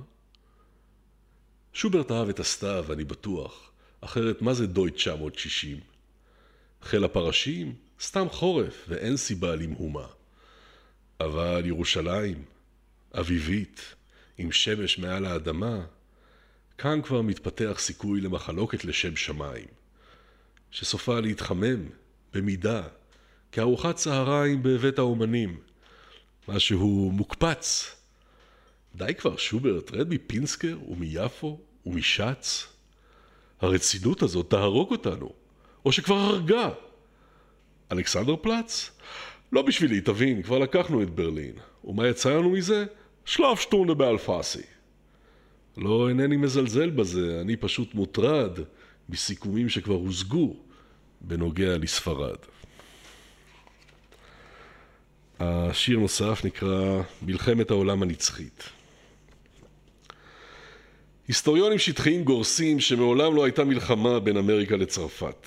שוברט אהב את הסתיו, אני בטוח, אחרת מה זה דוי 960? חיל הפרשים? סתם חורף ואין סיבה למהומה. אבל ירושלים, אביבית, עם שמש מעל האדמה, כאן כבר מתפתח סיכוי למחלוקת לשם שמיים, שסופה להתחמם במידה, כארוחת צהריים בבית האומנים, משהו מוקפץ. די כבר שוברט, רד מפינסקר ומיפו ומשץ. הרצינות הזאת תהרוג אותנו, או שכבר הרגה. אלכסנדר פלץ? לא בשבילי, תבין, כבר לקחנו את ברלין. ומה יצא לנו מזה? שלאפשטונדה באלפסי. לא, אינני מזלזל בזה, אני פשוט מוטרד בסיכומים שכבר הושגו בנוגע לספרד. השיר נוסף נקרא מלחמת העולם הנצחית. היסטוריונים שטחיים גורסים שמעולם לא הייתה מלחמה בין אמריקה לצרפת.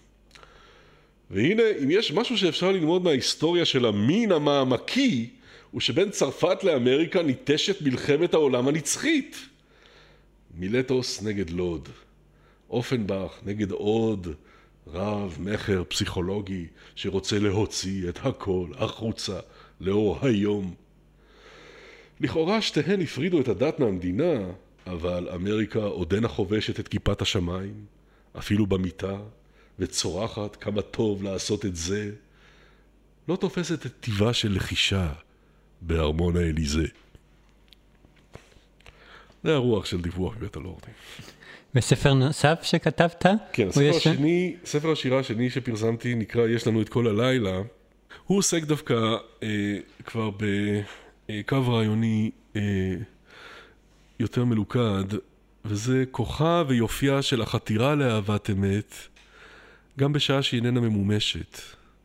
והנה, אם יש משהו שאפשר ללמוד מההיסטוריה של המין המעמקי, הוא שבין צרפת לאמריקה ניטשת מלחמת העולם הנצחית. מילטוס נגד לוד, אופנבך נגד עוד רב מחר פסיכולוגי שרוצה להוציא את הכל החוצה לאור היום. לכאורה שתיהן הפרידו את הדת מהמדינה, אבל אמריקה עודנה חובשת את כיפת השמיים, אפילו במיטה, וצורחת כמה טוב לעשות את זה. לא תופסת את טבעה של לחישה בארמון האליזה. זה הרוח של דיווח בבית הלורדים. וספר נוסף שכתבת? כן, ספר השירה השני שפרסמתי נקרא יש לנו את כל הלילה. הוא עוסק דווקא כבר בקו רעיוני יותר מלוכד, וזה כוחה ויופייה של החתירה לאהבת אמת, גם בשעה שהיא איננה ממומשת.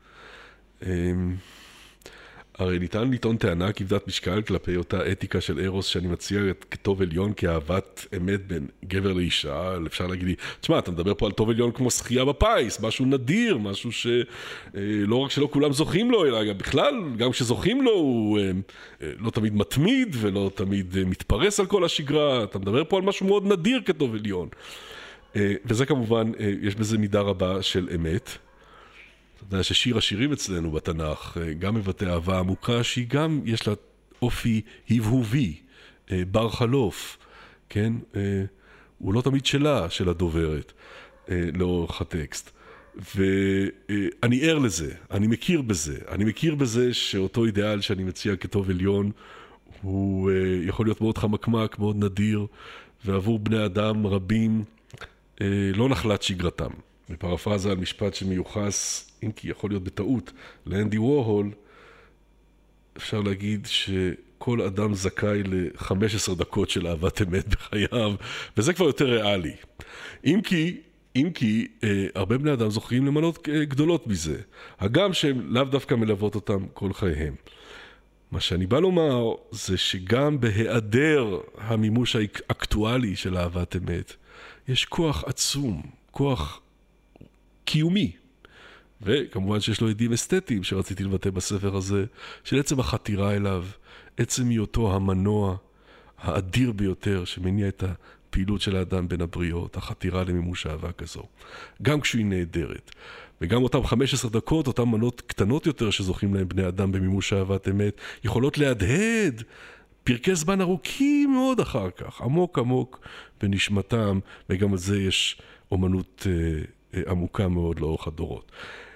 הרי ניתן לטעון טענה כבדת משקל כלפי אותה אתיקה של ארוס שאני מציע כטוב עליון כאהבת אמת בין גבר לאישה. אפשר להגיד לי, תשמע, אתה מדבר פה על טוב עליון כמו שחייה בפיס, משהו נדיר, משהו שלא רק שלא כולם זוכים לו, אלא בכלל, גם כשזוכים לו הוא לא תמיד מתמיד ולא תמיד מתפרס על כל השגרה. אתה מדבר פה על משהו מאוד נדיר כטוב עליון. וזה כמובן, יש בזה מידה רבה של אמת. אתה יודע ששיר השירים אצלנו בתנ"ך גם מבטא אהבה עמוקה שהיא גם יש לה אופי הבהובי, בר חלוף, כן? הוא לא תמיד של הדוברת, לאורך הטקסט. ואני ער לזה, אני מכיר בזה שאותו אידיאל שאני מציע כטוב עליון, הוא יכול להיות מאוד חמקמק, מאוד נדיר, ועבור בני אדם רבים לא נחלת שגרתם. בפרפרזה על משפט שמיוחס, אם כי יכול להיות בטעות, לאנדי וורהול, אפשר להגיד שכל אדם זכאי ל-15 דקות של אהבת אמת בחייו, וזה כבר יותר ריאלי. אם כי הרבה בני אדם זוכרים למנות גדולות מזה, הגם שהם לאו דווקא מלוות אותם כל חייהם. מה שאני בא לומר זה שגם בהיעדר המימוש האקטואלי של אהבת אמת, יש כוח עצום, כוח קיומי. וכמובן שיש לו עדים אסתטיים שרציתי לבטא בספר הזה, של עצם החתירה אליו, עצם היותו המנוע האדיר ביותר שמניע את הפעילות של האדם בין הבריות, החתירה למימוש אהבה כזו. גם כשהיא נהדרת. וגם אותם 15 דקות, אותם מנות קטנות יותר שזוכים להם בני אדם במימוש אהבת אמת, יכולות להדהד פרקי זמן ארוכים מאוד אחר כך, עמוק עמוק בנשמתם, וגם על זה יש אומנות עמוקה מאוד לאורך הדורות.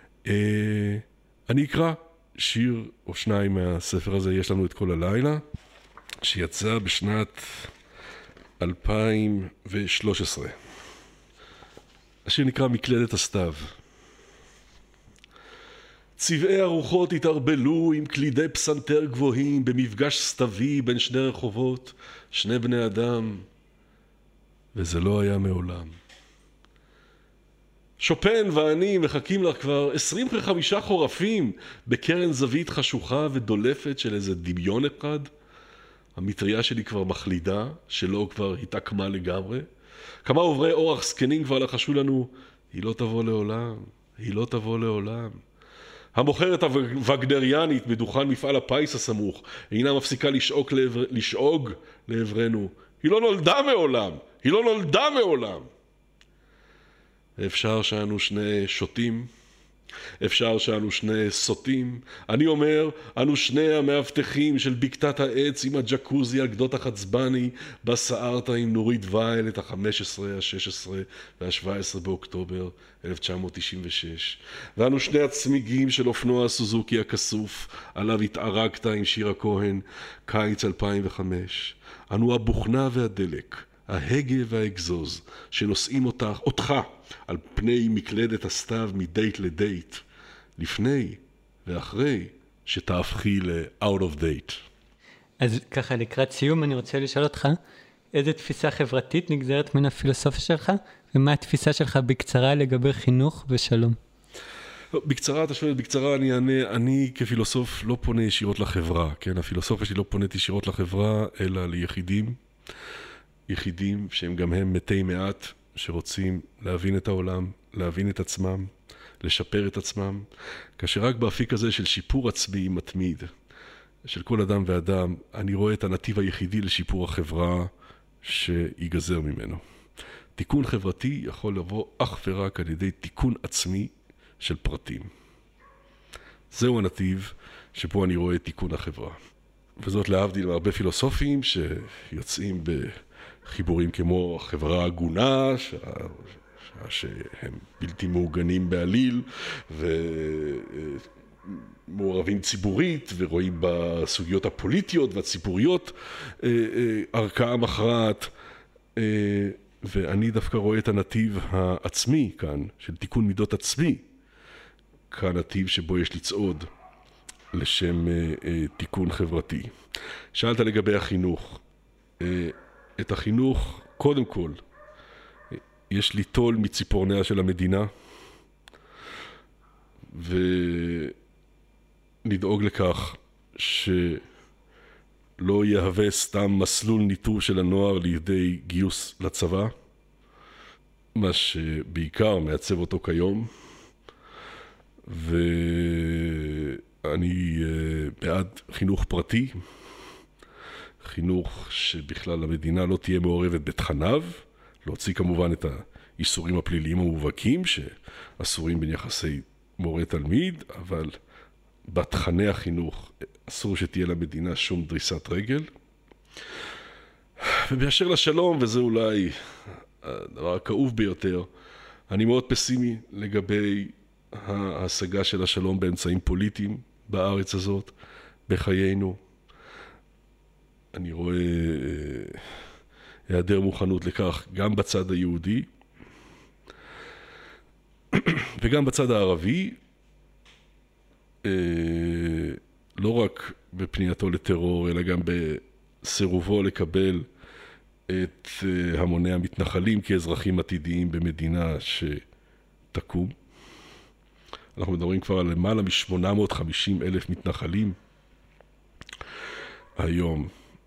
אני אקרא שיר או שניים מהספר הזה, יש לנו את כל הלילה, שיצא בשנת 2013. השיר נקרא מקלדת הסתיו. צבעי הרוחות התערבלו עם קלידי פסנתר גבוהים במפגש סתווי בין שני רחובות, שני בני אדם, וזה לא היה מעולם. שופן ואני מחכים לך כבר 25 חורפים בקרן זווית חשוכה ודולפת של איזה דמיון אחד. המטריה שלי כבר מחלידה, שלא כבר התעקמה לגמרי. כמה עוברי אורח סקנים כבר לחשו לנו, היא לא תבוא לעולם, היא לא תבוא לעולם. המוכרת הווגנריאנית בדוכן מפעל הפייס הסמוך אינה מפסיקה לשאוג לעברנו. היא לא נולדה מעולם, היא לא נולדה מעולם. אפשר שאנו שני שוטים, אפשר שאנו שני סוטים. אני אומר, אנו שני המאבטחים של בקתת העץ עם הג'קוזי על גדות החצבני, בה סערת עם נורית וייל את ה-15, ה-16 וה-17 באוקטובר 1996. ואנו שני הצמיגים של אופנוע הסוזוקי הכסוף, עליו התערקת עם שירה כהן, קיץ 2005. אנו הבוכנה והדלק, ההגה והאגזוז, שנושאים אותך על פני מקלדת הסתיו מדייט לדייט, לפני ואחרי שתהפכי ל-out of date. אז ככה לקראת סיום אני רוצה לשאול אותך, איזה תפיסה חברתית נגזרת מן הפילוסופיה שלך, ומה התפיסה שלך בקצרה לגבי חינוך ושלום? בקצרה, אתה שואל, בקצרה אני אענה, אני כפילוסוף לא פונה ישירות לחברה, כן? הפילוסופיה שלי לא פונית ישירות לחברה, אלא ליחידים, יחידים שהם גם הם מתי מעט, שרוצים להבין את העולם, להבין את עצמם, לשפר את עצמם, כאשר רק באפיק הזה של שיפור עצמי מתמיד, של כל אדם ואדם, אני רואה את הנתיב היחידי לשיפור החברה שיגזר ממנו. תיקון חברתי יכול לבוא אך ורק על ידי תיקון עצמי של פרטים. זהו הנתיב שבו אני רואה תיקון החברה. וזאת להבדיל מהרבה פילוסופים שיוצאים חיבורים כמו החברה הגונה, שהם בלתי מעוגנים בעליל ומעורבים ציבורית ורואים בסוגיות הפוליטיות והציבוריות ערכאה מכרעת, ואני דווקא רואה את הנתיב העצמי כאן, של תיקון מידות עצמי, כנתיב שבו יש לצעוד לשם תיקון חברתי. שאלת לגבי החינוך. את החינוך, קודם כל, יש ליטול מציפורניה של המדינה, ולדאוג לכך שלא יהווה סתם מסלול ניטור של הנוער לידי גיוס לצבא, מה שבעיקר מעצב אותו כיום, ואני בעד חינוך פרטי, חינוך שבכלל המדינה לא תהיה מעורבת בתכניו, להוציא כמובן את האיסורים הפליליים המובהקים שאסורים בין יחסי מורה תלמיד, אבל בתכני החינוך אסור שתהיה למדינה שום דריסת רגל. ובאשר לשלום, וזה אולי הדבר הכאוב ביותר, אני מאוד פסימי לגבי ההשגה של השלום באמצעים פוליטיים בארץ הזאת, בחיינו. אני רואה היעדר מוכנות לכך גם בצד היהודי וגם בצד הערבי, לא רק בפנייתו לטרור, אלא גם בסירובו לקבל את המוני המתנחלים כאזרחים עתידיים במדינה שתקום. אנחנו מדברים כבר על למעלה מ-850,000 מתנחלים היום.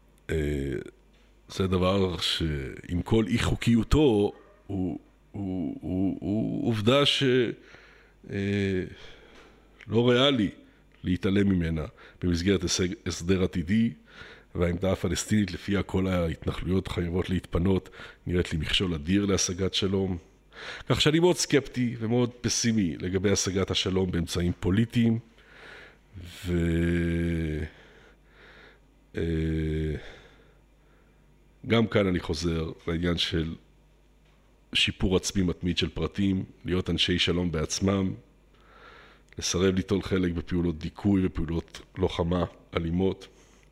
זה דבר שעם כל אי חוקיותו הוא עובדה שלא ריאלי להתעלם ממנה במסגרת הסדר עתידי, והעמדה הפלסטינית לפיה כל ההתנחלויות חייבות להתפנות נראית לי מכשול אדיר להשגת שלום. כך שאני מאוד סקפטי ומאוד פסימי לגבי השגת השלום באמצעים פוליטיים, גם כאן אני חוזר לעניין של שיפור עצמי מתמיד של פרטים, להיות אנשי שלום בעצמם, לסרב ליטול חלק בפעולות דיכוי ופעולות לוחמה אלימות.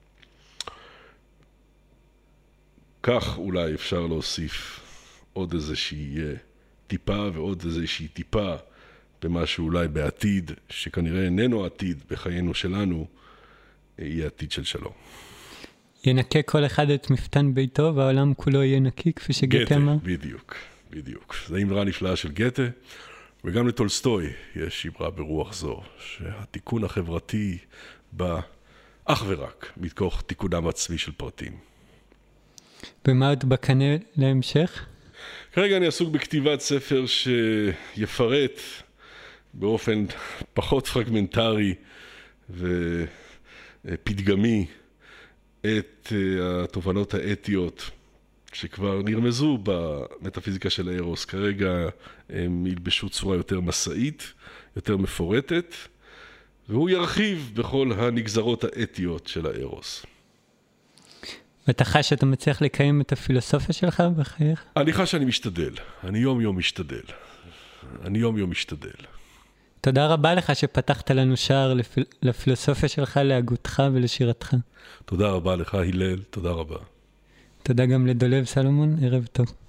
כך אולי אפשר להוסיף עוד איזושהי טיפה ועוד איזושהי טיפה במשהו אולי בעתיד, שכנראה איננו עתיד בחיינו שלנו, יהיה עתיד של שלום. ינקה כל אחד את מפתן ביתו והעולם כולו יהיה נקי, כפי שגתה אמר. בדיוק, בדיוק. זו אמרה נפלאה של גתה, וגם לטולסטוי יש אמרה ברוח זו, שהתיקון החברתי בא אך ורק מתוך תיקונם עצמי של פרטים. ומה עוד בקנה להמשך? כרגע אני עסוק בכתיבת ספר שיפרט באופן פחות פרגמנטרי ופתגמי את התובנות האתיות שכבר נרמזו במטאפיזיקה של הארוס. כרגע הם ילבשו צורה יותר מסעית, יותר מפורטת, והוא ירחיב בכל הנגזרות האתיות של הארוס. ואתה חש שאתה מצליח לקיים את הפילוסופיה שלך בחייך? אני חש שאני משתדל. אני יום יום משתדל. תודה רבה לך שפתחת לנו שער לפילוסופיה שלך, להגותך ולשירתך. תודה רבה לך, הלל. תודה רבה. תודה גם לדולב סלומון. ערב טוב.